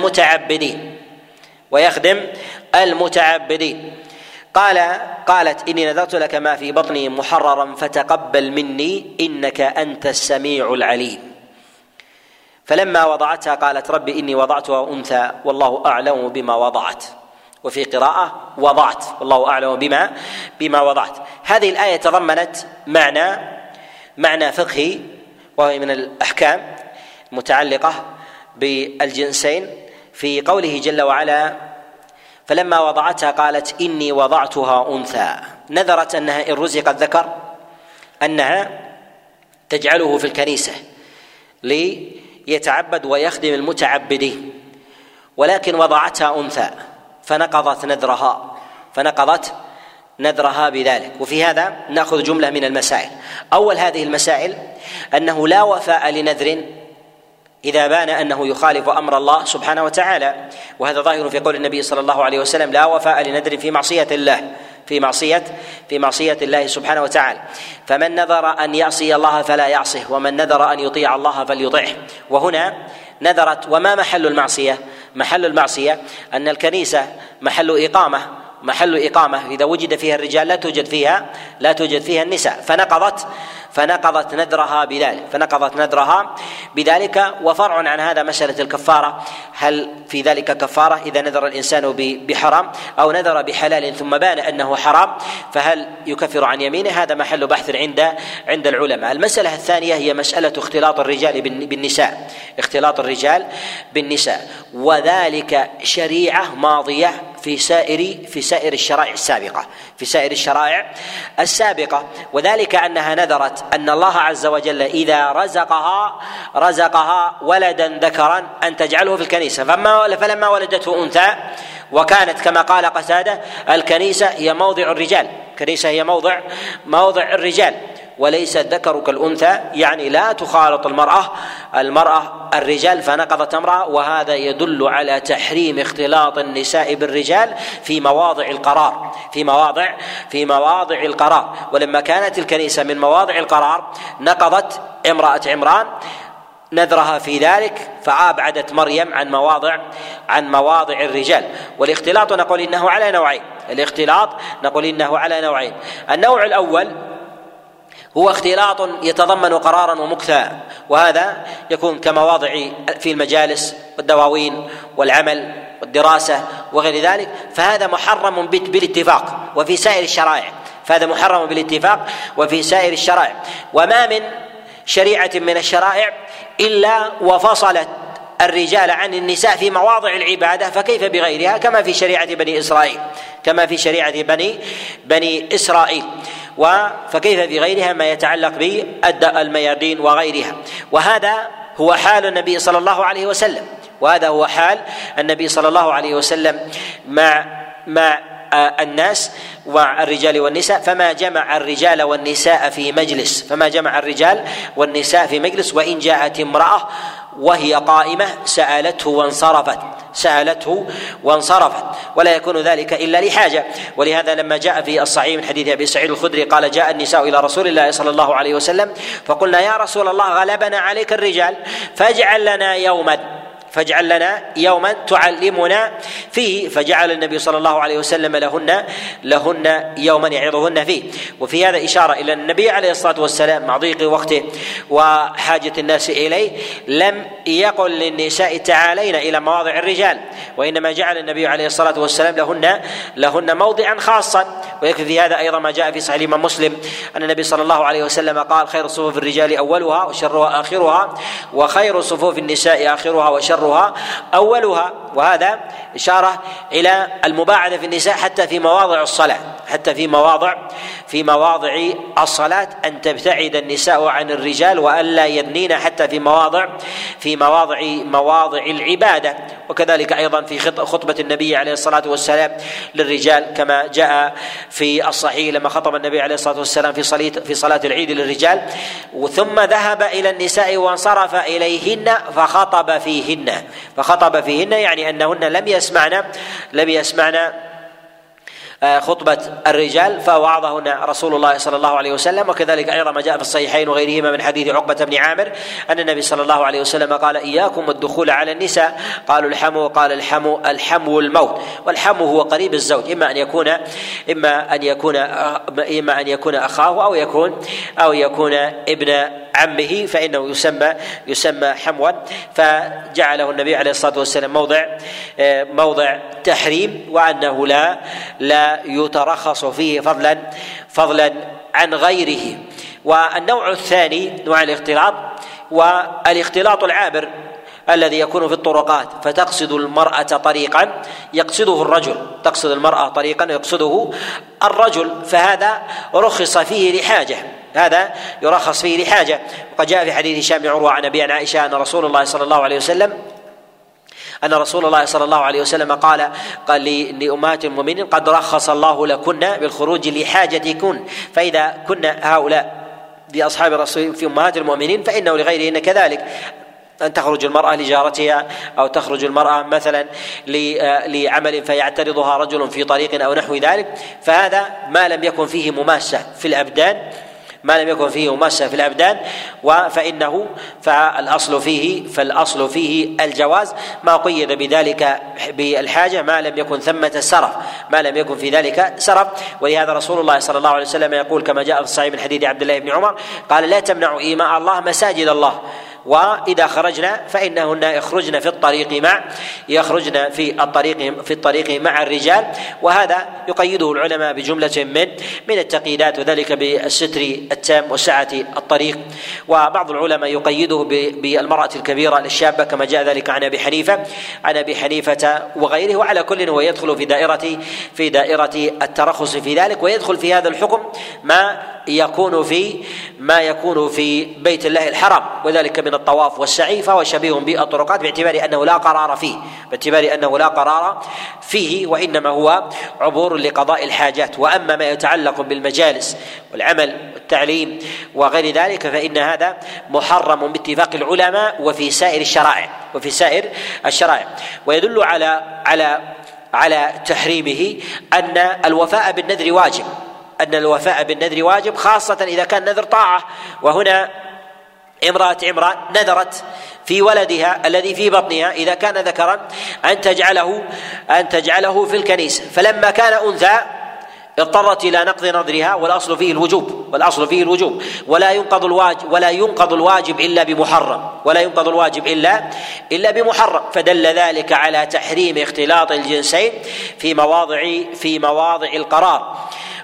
المتعبدين. قالت إني نذرت لك ما في بطني محررا فتقبل مني إنك أنت السميع العليم. فلما وضعتها قالت ربي إني وضعتها أنثى والله أعلم بما وضعت، وفي قراءة وضعت والله أعلم بما وضعت. هذه الآية تضمنت معنى فقهي، وهو من الأحكام المتعلقة بالجنسين، في قوله جل وعلا فلما وضعتها قالت إني وضعتها أنثى. نذرت أنها إن رزقت ذكر أنها تجعله في الكنيسة ليتعبد ويخدم المتعبدين، ولكن وضعتها أنثى فنقضت نذرها بذلك. وفي هذا نأخذ جملة من المسائل. أول هذه المسائل أنه لا وفاء لنذر إذا بان أنه يخالف أمر الله سبحانه وتعالى، وهذا ظاهر في قول النبي صلى الله عليه وسلم لا وفاء لنذر في معصية الله، في معصية الله سبحانه وتعالى. فمن نذر أن يعصي الله فلا يعصه، ومن نذر أن يطيع الله فليطيعه. وهنا نذرت. وما محل المعصية؟ محل المعصية أن الكنيسة محل إقامة إذا وجد فيها الرجال لا توجد فيها النساء، فنقضت نذرها بذلك. وفرع عن هذا مسألة الكفارة، هل في ذلك كفارة إذا نذر الإنسان بحرام أو نذر بحلال ثم بان أنه حرام، فهل يكفر عن يمينه؟ هذا محل بحث عند العلماء. المسألة الثانية هي مسألة اختلاط الرجال بالنساء، وذلك شريعة ماضية في سائر الشرائع السابقة، وذلك أنها نذرت أن الله عز وجل إذا رزقها ولدا ذكرا أن تجعله في الكنيسة. فلما ولدته أنثى، وكانت كما قال قتادة الكنيسة هي موضع الرجال وليس الذكر كالأنثى، يعني لا تخالط المرأة الرجال، فنقضت امرأة. وهذا يدل على تحريم اختلاط النساء بالرجال في مواضع القرار. ولما كانت الكنيسة من مواضع القرار نقضت امرأة عمران نذرها في ذلك، فأبعدت مريم عن مواضع الرجال. والاختلاط نقول إنه على نوعين. النوع الأول هو اختلاط يتضمن قرارا ومكثا، وهذا يكون كمواضع في المجالس والدواوين والعمل والدراسة وغير ذلك، فهذا محرم بالاتفاق وفي سائر الشرائع. وما من شريعة من الشرائع إلا وفصلت الرجال عن النساء في مواضع العبادة، فكيف بغيرها؟ كما في شريعة بني إسرائيل، فكيف بغيرها ما يتعلق بالميادين وغيرها. وهذا هو حال النبي صلى الله عليه وسلم مع الناس مع الرجال والنساء، فما جمع الرجال والنساء في مجلس، وإن جاءت امرأة وهي قائمة سألته وانصرفت، ولا يكون ذلك إلا لحاجة. ولهذا لما جاء في الصحيح من حديث أبي سعيد الخدري قال: جاء النساء إلى رسول الله صلى الله عليه وسلم فقلنا: يا رسول الله، غلبنا عليك الرجال، فاجعل لنا يوما تعلمنا فيه. فجعل النبي صلى الله عليه وسلم لهن يوما يعظهن فيه. وفي هذا إشارة إلى النبي عليه الصلاة والسلام مع ضيق وقته وحاجة الناس إليه لم يقل للنساء تعالين إلى مواضع الرجال، وإنما جعل النبي عليه الصلاة والسلام لهن موضعا خاصا. ويكفي في هذا أيضا ما جاء في صحيح الإمام مسلم أن النبي صلى الله عليه وسلم قال: خير صفوف الرجال أولها وشرها آخرها، وخير صفوف النساء آخرها وشرها أولها. وهذا إشارة إلى المباعدة في النساء حتى في مواضع الصلاة، في مواضع الصلاة أن تبتعد النساء عن الرجال وألا يدنين حتى في مواضع العبادة. وكذلك أيضا في خطبة النبي عليه الصلاة والسلام للرجال كما جاء في الصحيح لما خطب النبي عليه الصلاة والسلام في صلاة العيد للرجال: ثم ذهب إلى النساء وانصرف إليهن فخطب فيهن، يعني أنهن لم يسمعن خطبة الرجال فوعظهن رسول الله صلى الله عليه وسلم. وكذلك أيضا ما جاء في الصحيحين وغيرهما من حديث عقبة بن عامر أن النبي صلى الله عليه وسلم قال: إياكم الدخول على النساء. قالوا: الحمو. قال: الحمو الموت. والحمو هو قريب الزوج، إما أن يكون أخاه أو يكون ابن عمه، فإنه يسمى حموا. فجعله النبي عليه الصلاة والسلام موضع تحريم، وأنه لا يترخص فيه فضلا عن غيره. والنوع الثاني نوع الاختلاط، والاختلاط العابر الذي يكون في الطرقات فتقصد المرأة طريقا يقصده الرجل، فهذا رخص فيه لحاجة. وقد جاء في حديث هشام بن عروة عن أبي عن عائشة أن رسول الله صلى الله عليه وسلم قال لأمهات المؤمنين: قد رخص الله لكن بالخروج لحاجتكن، فإذا كن هؤلاء لأصحاب الرسول في أمهات المؤمنين فإنه لغيرهن كذلك، أن تخرج المرأة لجارتها أو تخرج المرأة مثلا لعمل فيعترضها رجل في طريق أو نحو ذلك، فهذا ما لم يكن فيه مماسة في الأبدان فالأصل فيه الجواز، ما قيد بذلك بالحاجة ما لم يكن في ذلك سرف. ولهذا رسول الله صلى الله عليه وسلم يقول كما جاء في الصحيح من حديث عبد الله بن عمر قال: لا تمنعوا إيماء الله مساجد الله، وإذا خرجنا فإنهن يخرجن في الطريق مع الرجال. وهذا يقيده العلماء بجملة من التقييدات، وذلك بالستر التام وسعة الطريق. وبعض العلماء يقيده بالمرأة الكبيرة الشابة كما جاء ذلك عن أبي حنيفة وغيره. وعلى كل هو يدخل في دائرة الترخص في ذلك، ويدخل في هذا الحكم ما يكون في بيت الله الحرام، وذلك من الطواف والسعي، فهو شبيه بالطرقات باعتبار أنه لا قرار فيه وإنما هو عبور لقضاء الحاجات. وأما ما يتعلق بالمجالس والعمل والتعليم وغير ذلك فإن هذا محرم باتفاق العلماء وفي سائر الشرائع. ويدل على تحريمه أن الوفاء بالنذر واجب، خاصة إذا كان نذر طاعة. وهنا امرأة عمران نذرت في ولدها الذي في بطنها إذا كان ذكرا أن تجعله في الكنيسة، فلما كان أنثى اضطرت إلى نقض نذرها، والأصل فيه الوجوب، ولا ينقض الواجب إلا بمحرم، فدل ذلك على تحريم اختلاط الجنسين في مواضع القرار.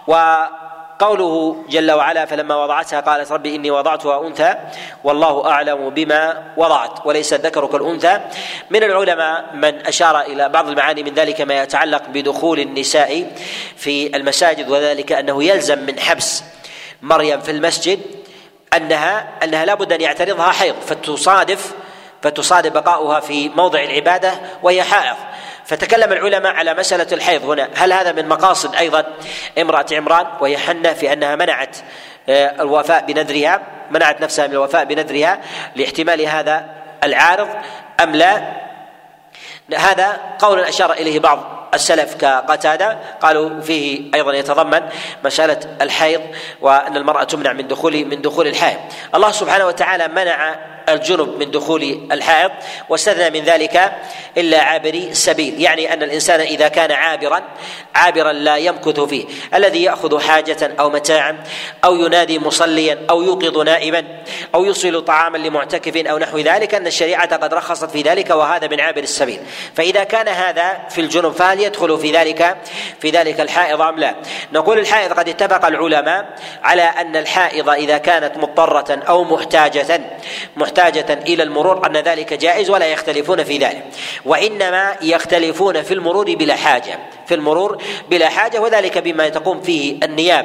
وقوله جل وعلا: فلما وضعتها قالت رب إني وضعتها أنثى والله أعلم بما وضعت وليس الذكر كالأنثى. من العلماء من أشار إلى بعض المعاني من ذلك ما يتعلق بدخول النساء في المساجد، وذلك أنه يلزم من حبس مريم في المسجد أنها لا بد أن يعترضها حيض، فتصادف بقاؤها في موضع العبادة وهي حائض، فتكلم العلماء على مسألة الحيض هنا، هل هذا من مقاصد أيضا امرأة عمران وهي حنة في أنها منعت الوفاء بنذرها، منعت نفسها من الوفاء بنذرها لاحتمال هذا العارض أم لا؟ هذا قول أشار إليه بعض السلف كقتادة، قالوا فيه أيضا يتضمن مسألة الحيض وأن المرأة تمنع من دخول الحائض. الله سبحانه وتعالى منع الجنب من دخول الحائض واستثنى من ذلك إلا عابري السبيل، يعني أن الإنسان إذا كان عابرا لا يمكث فيه، الذي يأخذ حاجة أو متاعا أو ينادي مصليا أو يوقظ نائما أو يوصل طعاما لمعتكف أو نحو ذلك، أن الشريعة قد رخصت في ذلك، وهذا من عابر السبيل. فإذا كان هذا في الجنب فهل يدخل في ذلك الحائض أم لا؟ نقول الحائض قد اتفق العلماء على أن الحائض إذا كانت مضطرة أو محتاجة إلى المرور أن ذلك جائز، ولا يختلفون في ذلك، وإنما يختلفون في المرور بلا حاجة، وذلك بما تقوم فيه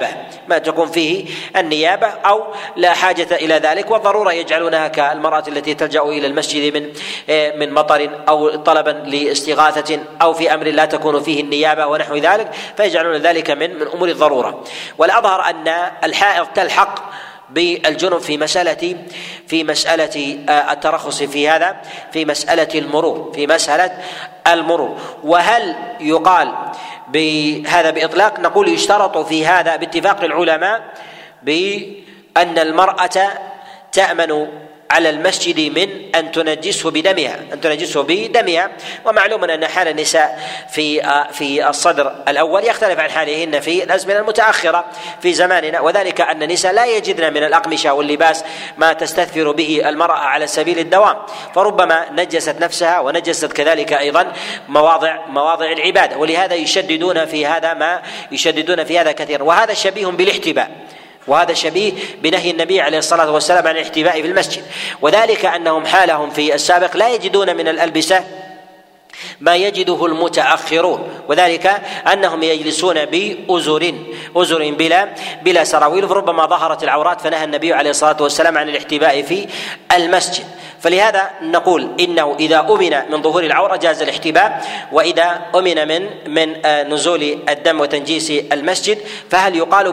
النيابة أو لا حاجة إلى ذلك، والضرورة يجعلونها كالمرأة التي تلجأ إلى المسجد من مطر أو طلبا لاستغاثة أو في أمر لا تكون فيه النيابة ونحو ذلك، فيجعلون ذلك من أمور الضرورة. والأظهر أن الحائض تلحق بالجنب في مسألة الترخص في هذا، في مسألة المرور. وهل يقال بهذا بإطلاق؟ نقول يشترط في هذا باتفاق العلماء بأن المرأة تأمن على المسجد من أن تنجسه بدمها، ومعلوم أن حال النساء في الصدر الأول يختلف عن حالهن في الأزمنة المتأخرة في زماننا، وذلك أن النساء لا يجدن من الأقمشة واللباس ما تستثمر به المرأة على سبيل الدوام، فربما نجست نفسها ونجست كذلك أيضا مواضع العبادة، ولهذا يشددون في هذا كثيرا. وهذا شبيه بالاحتباء، وهذا شبيه بنهي النبي عليه الصلاة والسلام عن الاحتباء في المسجد، وذلك أنهم حالهم في السابق لا يجدون من الألبسة ما يجده المتأخرون، وذلك أنهم يجلسون بأزر بلا سراويل، فربما ظهرت العورات، فنهى النبي عليه الصلاة والسلام عن الاحتباء في المسجد. فلهذا نقول إنه إذا أمن من ظهور العورة جاز الاحتباء، وإذا أمن من نزول الدم وتنجيس المسجد فهل يقال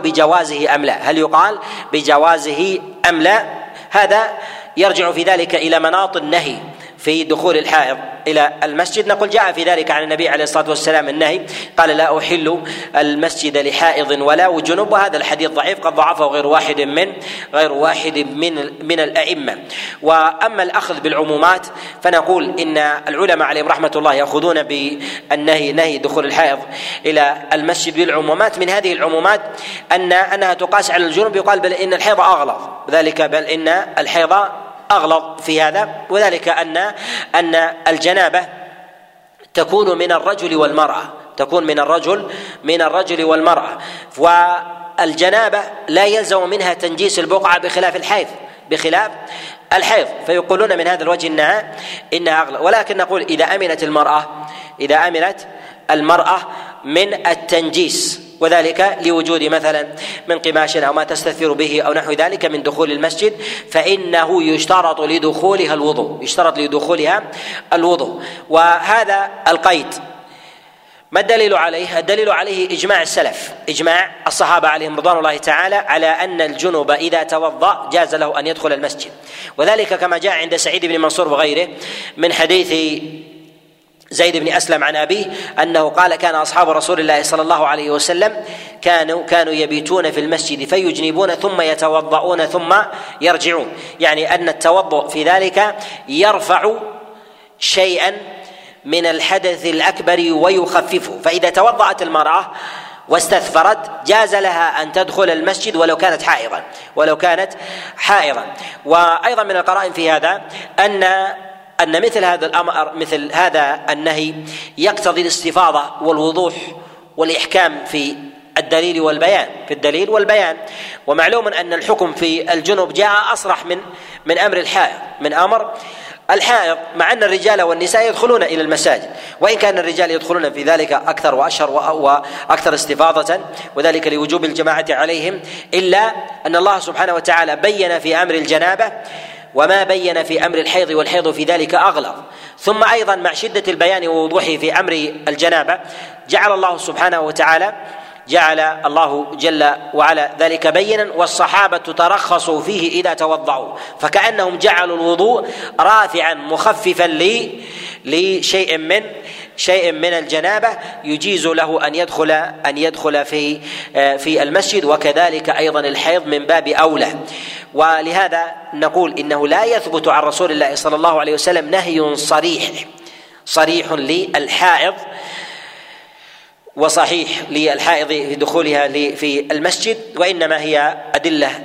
بجوازه أم لا؟ هذا يرجع في ذلك إلى مناط النهي في دخول الحائض إلى المسجد. نقول جاء في ذلك عن النبي عليه الصلاة والسلام النهي، قال لا أحل المسجد لحائض ولا وجنب، وهذا الحديث ضعيف قد ضعفه غير واحد من الأئمة. وأما الأخذ بالعمومات فنقول إن العلماء عليهم رحمة الله يأخذون بالنهي، نهي دخول الحائض إلى المسجد بالعمومات. من هذه العمومات أنها تقاس على الجنب، يقال بل إن الحيض أغلظ، ذلك بل إن الحيض أغلظ في هذا، وذلك أن الجنابة تكون من الرجل والمرأة، والجنابة لا يلزم منها تنجيس البقعة بخلاف الحيض، فيقولون من هذا الوجه إنها أغلظ. ولكن نقول إذا أمنت المرأة من التنجيس، وذلك لوجود مثلا من قماش أو ما تستثير به أو نحو ذلك من دخول المسجد، فإنه يشترط لدخولها الوضوء. وهذا القيد ما الدليل عليه؟ الدليل عليه إجماع السلف، إجماع الصحابة عليهم رضوان الله تعالى على أن الجنب إذا توضأ جاز له أن يدخل المسجد، وذلك كما جاء عند سعيد بن منصور وغيره من حديث زيد بن أسلم عن أبيه أنه قال كان أصحاب رسول الله صلى الله عليه وسلم كانوا يبيتون في المسجد فيجنبون ثم يتوضؤون ثم يرجعون، يعني أن التوضؤ في ذلك يرفع شيئا من الحدث الأكبر ويخففه. فإذا توضأت المرأة واستثفرت جاز لها أن تدخل المسجد ولو كانت حائضا. وأيضا من القرائن في هذا أن مثل هذا الأمر، مثل هذا النهي يقتضي الاستفاضة والوضوح والإحكام في الدليل والبيان. ومعلوم أن الحكم في الجنب جاء أصرح من أمر الحائض، مع أن الرجال والنساء يدخلون إلى المساجد، وإن كان الرجال يدخلون في ذلك أكثر وأشهر وأكثر استفاضة، وذلك لوجوب الجماعة عليهم، إلا أن الله سبحانه وتعالى بين في أمر الجنابة وما بين في أمر الحيض، والحيض في ذلك أغلظ، ثم أيضا مع شدة البيان ووضوحه في أمر الجنابة جعل الله جل وعلا ذلك بينا، والصحابة ترخصوا فيه إذا توضعوا، فكأنهم جعلوا الوضوء رافعا مخففا لشيء من الجنابة يجيز له أن يدخل في المسجد، وكذلك أيضا الحيض من باب أولى. ولهذا نقول إنه لا يثبت عن رسول الله صلى الله عليه وسلم نهي صريح للحائض وصحيح للحائض في دخولها في المسجد، وإنما هي أدلة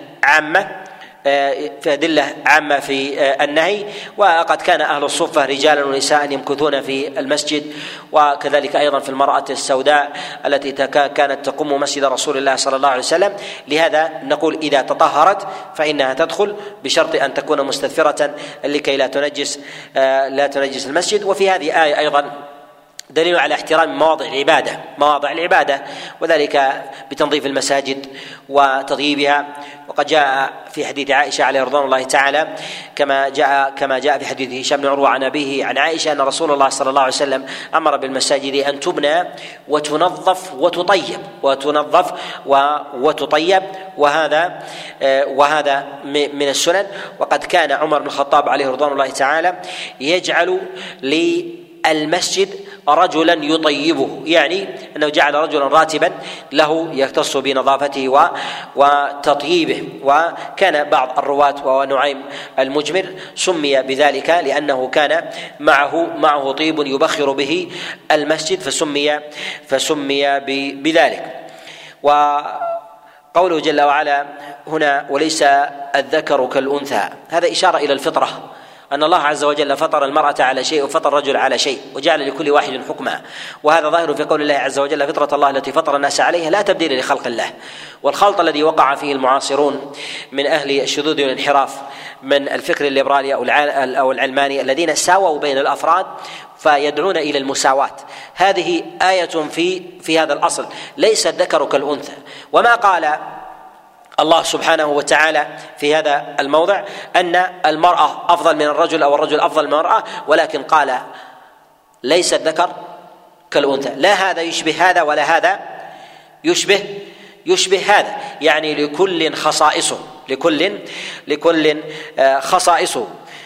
عامة في النهي. وقد كان أهل الصفة رجالا ونساء يمكثون في المسجد، وكذلك أيضا في المرأة السوداء التي كانت تقوم مسجد رسول الله صلى الله عليه وسلم. لهذا نقول إذا تطهرت فإنها تدخل بشرط أن تكون مستثفرة لكي لا تنجس المسجد. وفي هذه آية أيضا دليل على احترام مواضع العبادة وذلك بتنظيف المساجد وتطييبها. وقد جاء في حديث عائشة عليه رضوان الله تعالى كما جاء في حديث هشام بن عروة عن أبيه عن عائشة أن رسول الله صلى الله عليه وسلم أمر بالمساجد أن تبنى وتنظف وتطيب، وهذا من السنن. وقد كان عمر بن الخطاب عليه رضوان الله تعالى يجعل المسجد رجلا يطيبه، يعني أنه جعل رجلا راتبا له يختص بنظافته وتطييبه. وكان بعض الرواة ونعيم المجمر سمي بذلك لأنه كان معه طيب يبخر به المسجد فسمي بذلك. وقوله جل وعلا هنا وليس الذكر كالأنثى، هذا إشارة إلى الفطرة، أن الله عز وجل فطر المرأة على شيء وفطر الرجل على شيء وجعل لكل واحد حكما، وهذا ظاهر في قول الله عز وجل فطرة الله التي فطر الناس عليها لا تبديل لخلق الله. والخلط الذي وقع فيه المعاصرون من أهل الشذوذ والانحراف من الفكر الليبرالي أو العلماني الذين ساووا بين الأفراد فيدعون إلى المساواة، هذه آية في هذا الأصل، ليس الذكر كالأنثى. وما قال الله سبحانه وتعالى في هذا الموضع أن المرأة أفضل من الرجل أو الرجل أفضل من المرأة، ولكن قال ليس الذكر كالأنثى، لا هذا يشبه هذا ولا هذا يشبه هذا، يعني لكل خصائصه.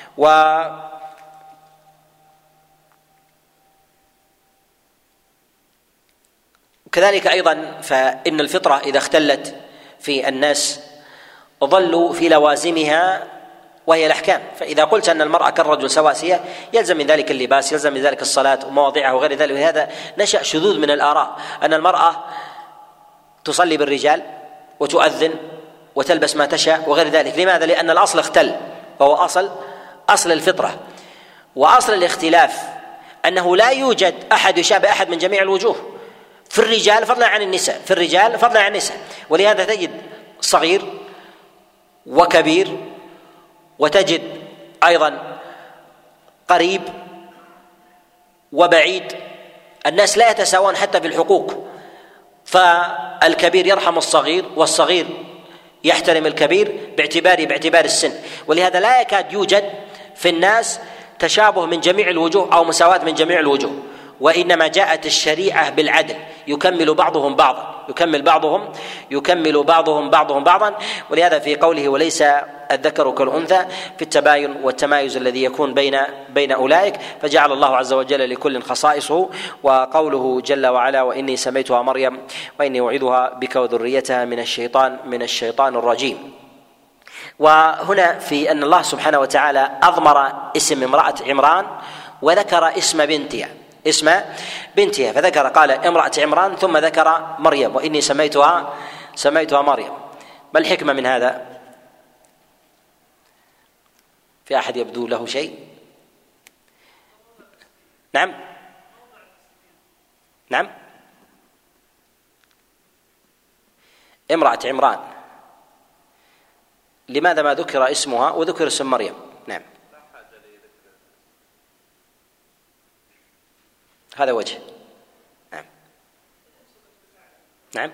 وكذلك أيضا فإن الفطرة إذا اختلت في الناس ظلوا في لوازمها وهي الأحكام. فإذا قلت أن المرأة كالرجل سواسية يلزم من ذلك اللباس، يلزم من ذلك الصلاة ومواضعها وغير ذلك. وهذا نشأ شذوذ من الآراء أن المرأة تصلي بالرجال وتؤذن وتلبس ما تشاء وغير ذلك. لماذا؟ لأن الأصل اختل، وهو أصل الفطرة. وأصل الاختلاف أنه لا يوجد أحد يشابه أحد من جميع الوجوه، في الرجال فضلا عن النساء، ولهذا تجد صغير وكبير، وتجد أيضا قريب وبعيد. الناس لا يتساوون حتى في الحقوق، فالكبير يرحم الصغير والصغير يحترم الكبير باعتبار السن. ولهذا لا يكاد يوجد في الناس تشابه من جميع الوجوه أو مساواة من جميع الوجوه، وإنما جاءت الشريعة بالعدل، يكمل بعضهم بعضا. ولهذا في قوله وليس الذكر كالأنثى في التباين والتمايز الذي يكون بين أولئك، فجعل الله عز وجل لكل خصائصه. وقوله جل وعلا وإني سميتها مريم وإني أعيذها بك وذريتها من الشيطان الرجيم. وهنا في أن الله سبحانه وتعالى أضمر اسم امرأة عمران وذكر اسم بنتها، فذكر قال امرأة عمران ثم ذكر مريم وإني سميتها مريم. ما الحكمة من هذا؟ في أحد يبدو له شيء؟ نعم امرأة عمران، لماذا ما ذكر اسمها وذكر اسم مريم؟ نعم هذا وجه. نعم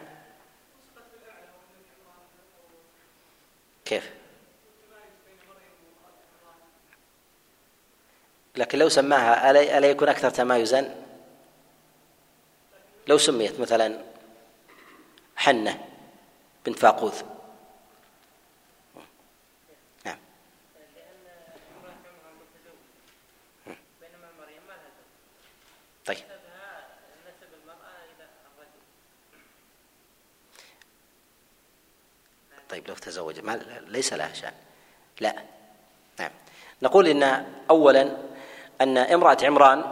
كيف؟ لكن لو سماها ألا يكون أكثر تمايزا؟ لو سميت مثلا حنة بنت فاقوذ. نعم. طيب طيب لو تزوج ليس لها شأن. لا. نعم. نقول إن أولا أن امرأة عمران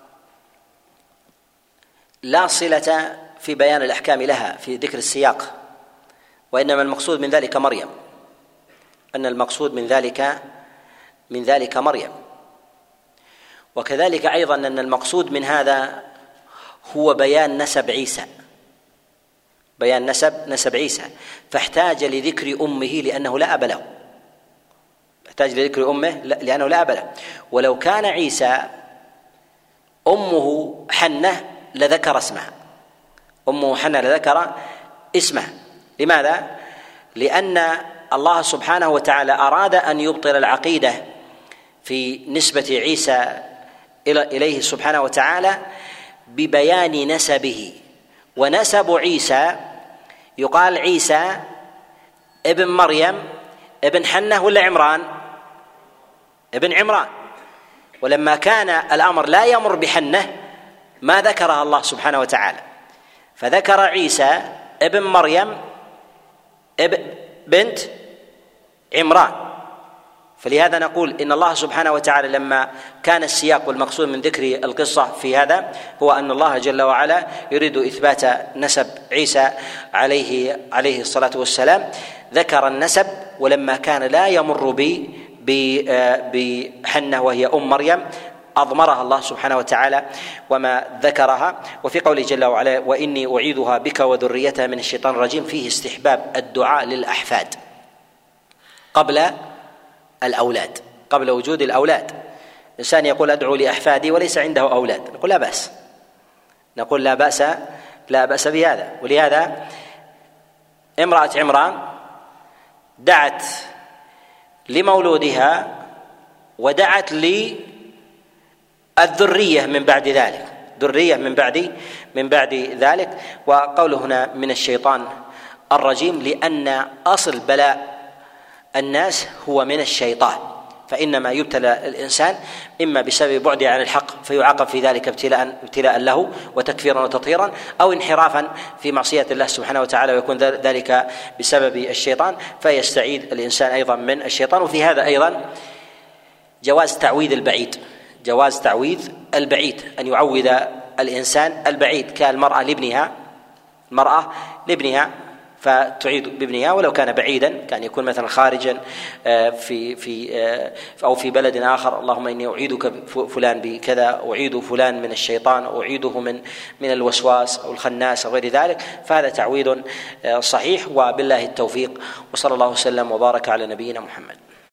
لا صلة في بيان الأحكام لها في ذكر السياق، وإنما المقصود من ذلك مريم، أن المقصود من ذلك مريم. وكذلك أيضا أن المقصود من هذا هو بيان نسب عيسى، بيان نسب عيسى، فاحتاج لذكر أمه لأنه لا أب له، احتاج لذكر أمه لأنه لا أب له. ولو كان عيسى أمه حنة لذكر اسمها، أمه حنة لذكر اسمها. لماذا؟ لأن الله سبحانه وتعالى أراد أن يبطل العقيدة في نسبة عيسى إليه سبحانه وتعالى ببيان نسبه. ونسب عيسى يقال عيسى ابن مريم ابن حنة ولا عمران؟ ابن عمران. ولما كان الأمر لا يمر بحنة ما ذكرها الله سبحانه وتعالى، فذكر عيسى ابن مريم بنت عمران. فلهذا نقول إن الله سبحانه وتعالى لما كان السياق والمقصود من ذكر القصة في هذا هو أن الله جل وعلا يريد إثبات نسب عيسى عليه الصلاة والسلام، ذكر النسب ولما كان لا يمر بحنة وهي أم مريم أضمرها الله سبحانه وتعالى وما ذكرها. وفي قوله جل وعلا وإني أعيذها بك وذريتها من الشيطان الرجيم فيه استحباب الدعاء للأحفاد قبل الأولاد، قبل وجود الأولاد. إنسان يقول أدعو لأحفادي وليس عنده أولاد، نقول لا بأس، نقول لا بأس بهذا. ولهذا امرأة عمران دعت لمولودها ودعت للذرية من بعد ذلك، ذرية من بعد ذلك. وقوله هنا من الشيطان الرجيم لأن أصل بلاء الناس هو من الشيطان، فإنما يبتلى الإنسان إما بسبب بعده عن الحق فيعاقب في ذلك ابتلاء له وتكفيرا وتطهيرا، أو انحرافا في معصية الله سبحانه وتعالى ويكون ذلك بسبب الشيطان فيستعيذ الإنسان أيضا من الشيطان. وفي هذا أيضا جواز تعويذ البعيد، أن يعوذ الإنسان البعيد كالمرأة لابنها فتعيد بابنها ولو كان بعيدا، كان يكون مثلا خارجا في بلد آخر، اللهم إني أعيدك فلان بكذا، أعيد فلان من الشيطان، أعيده من الوسواس أو الخناس أو غير ذلك، فهذا تعويذ صحيح. وبالله التوفيق، وصلى الله وسلم وبارك على نبينا محمد.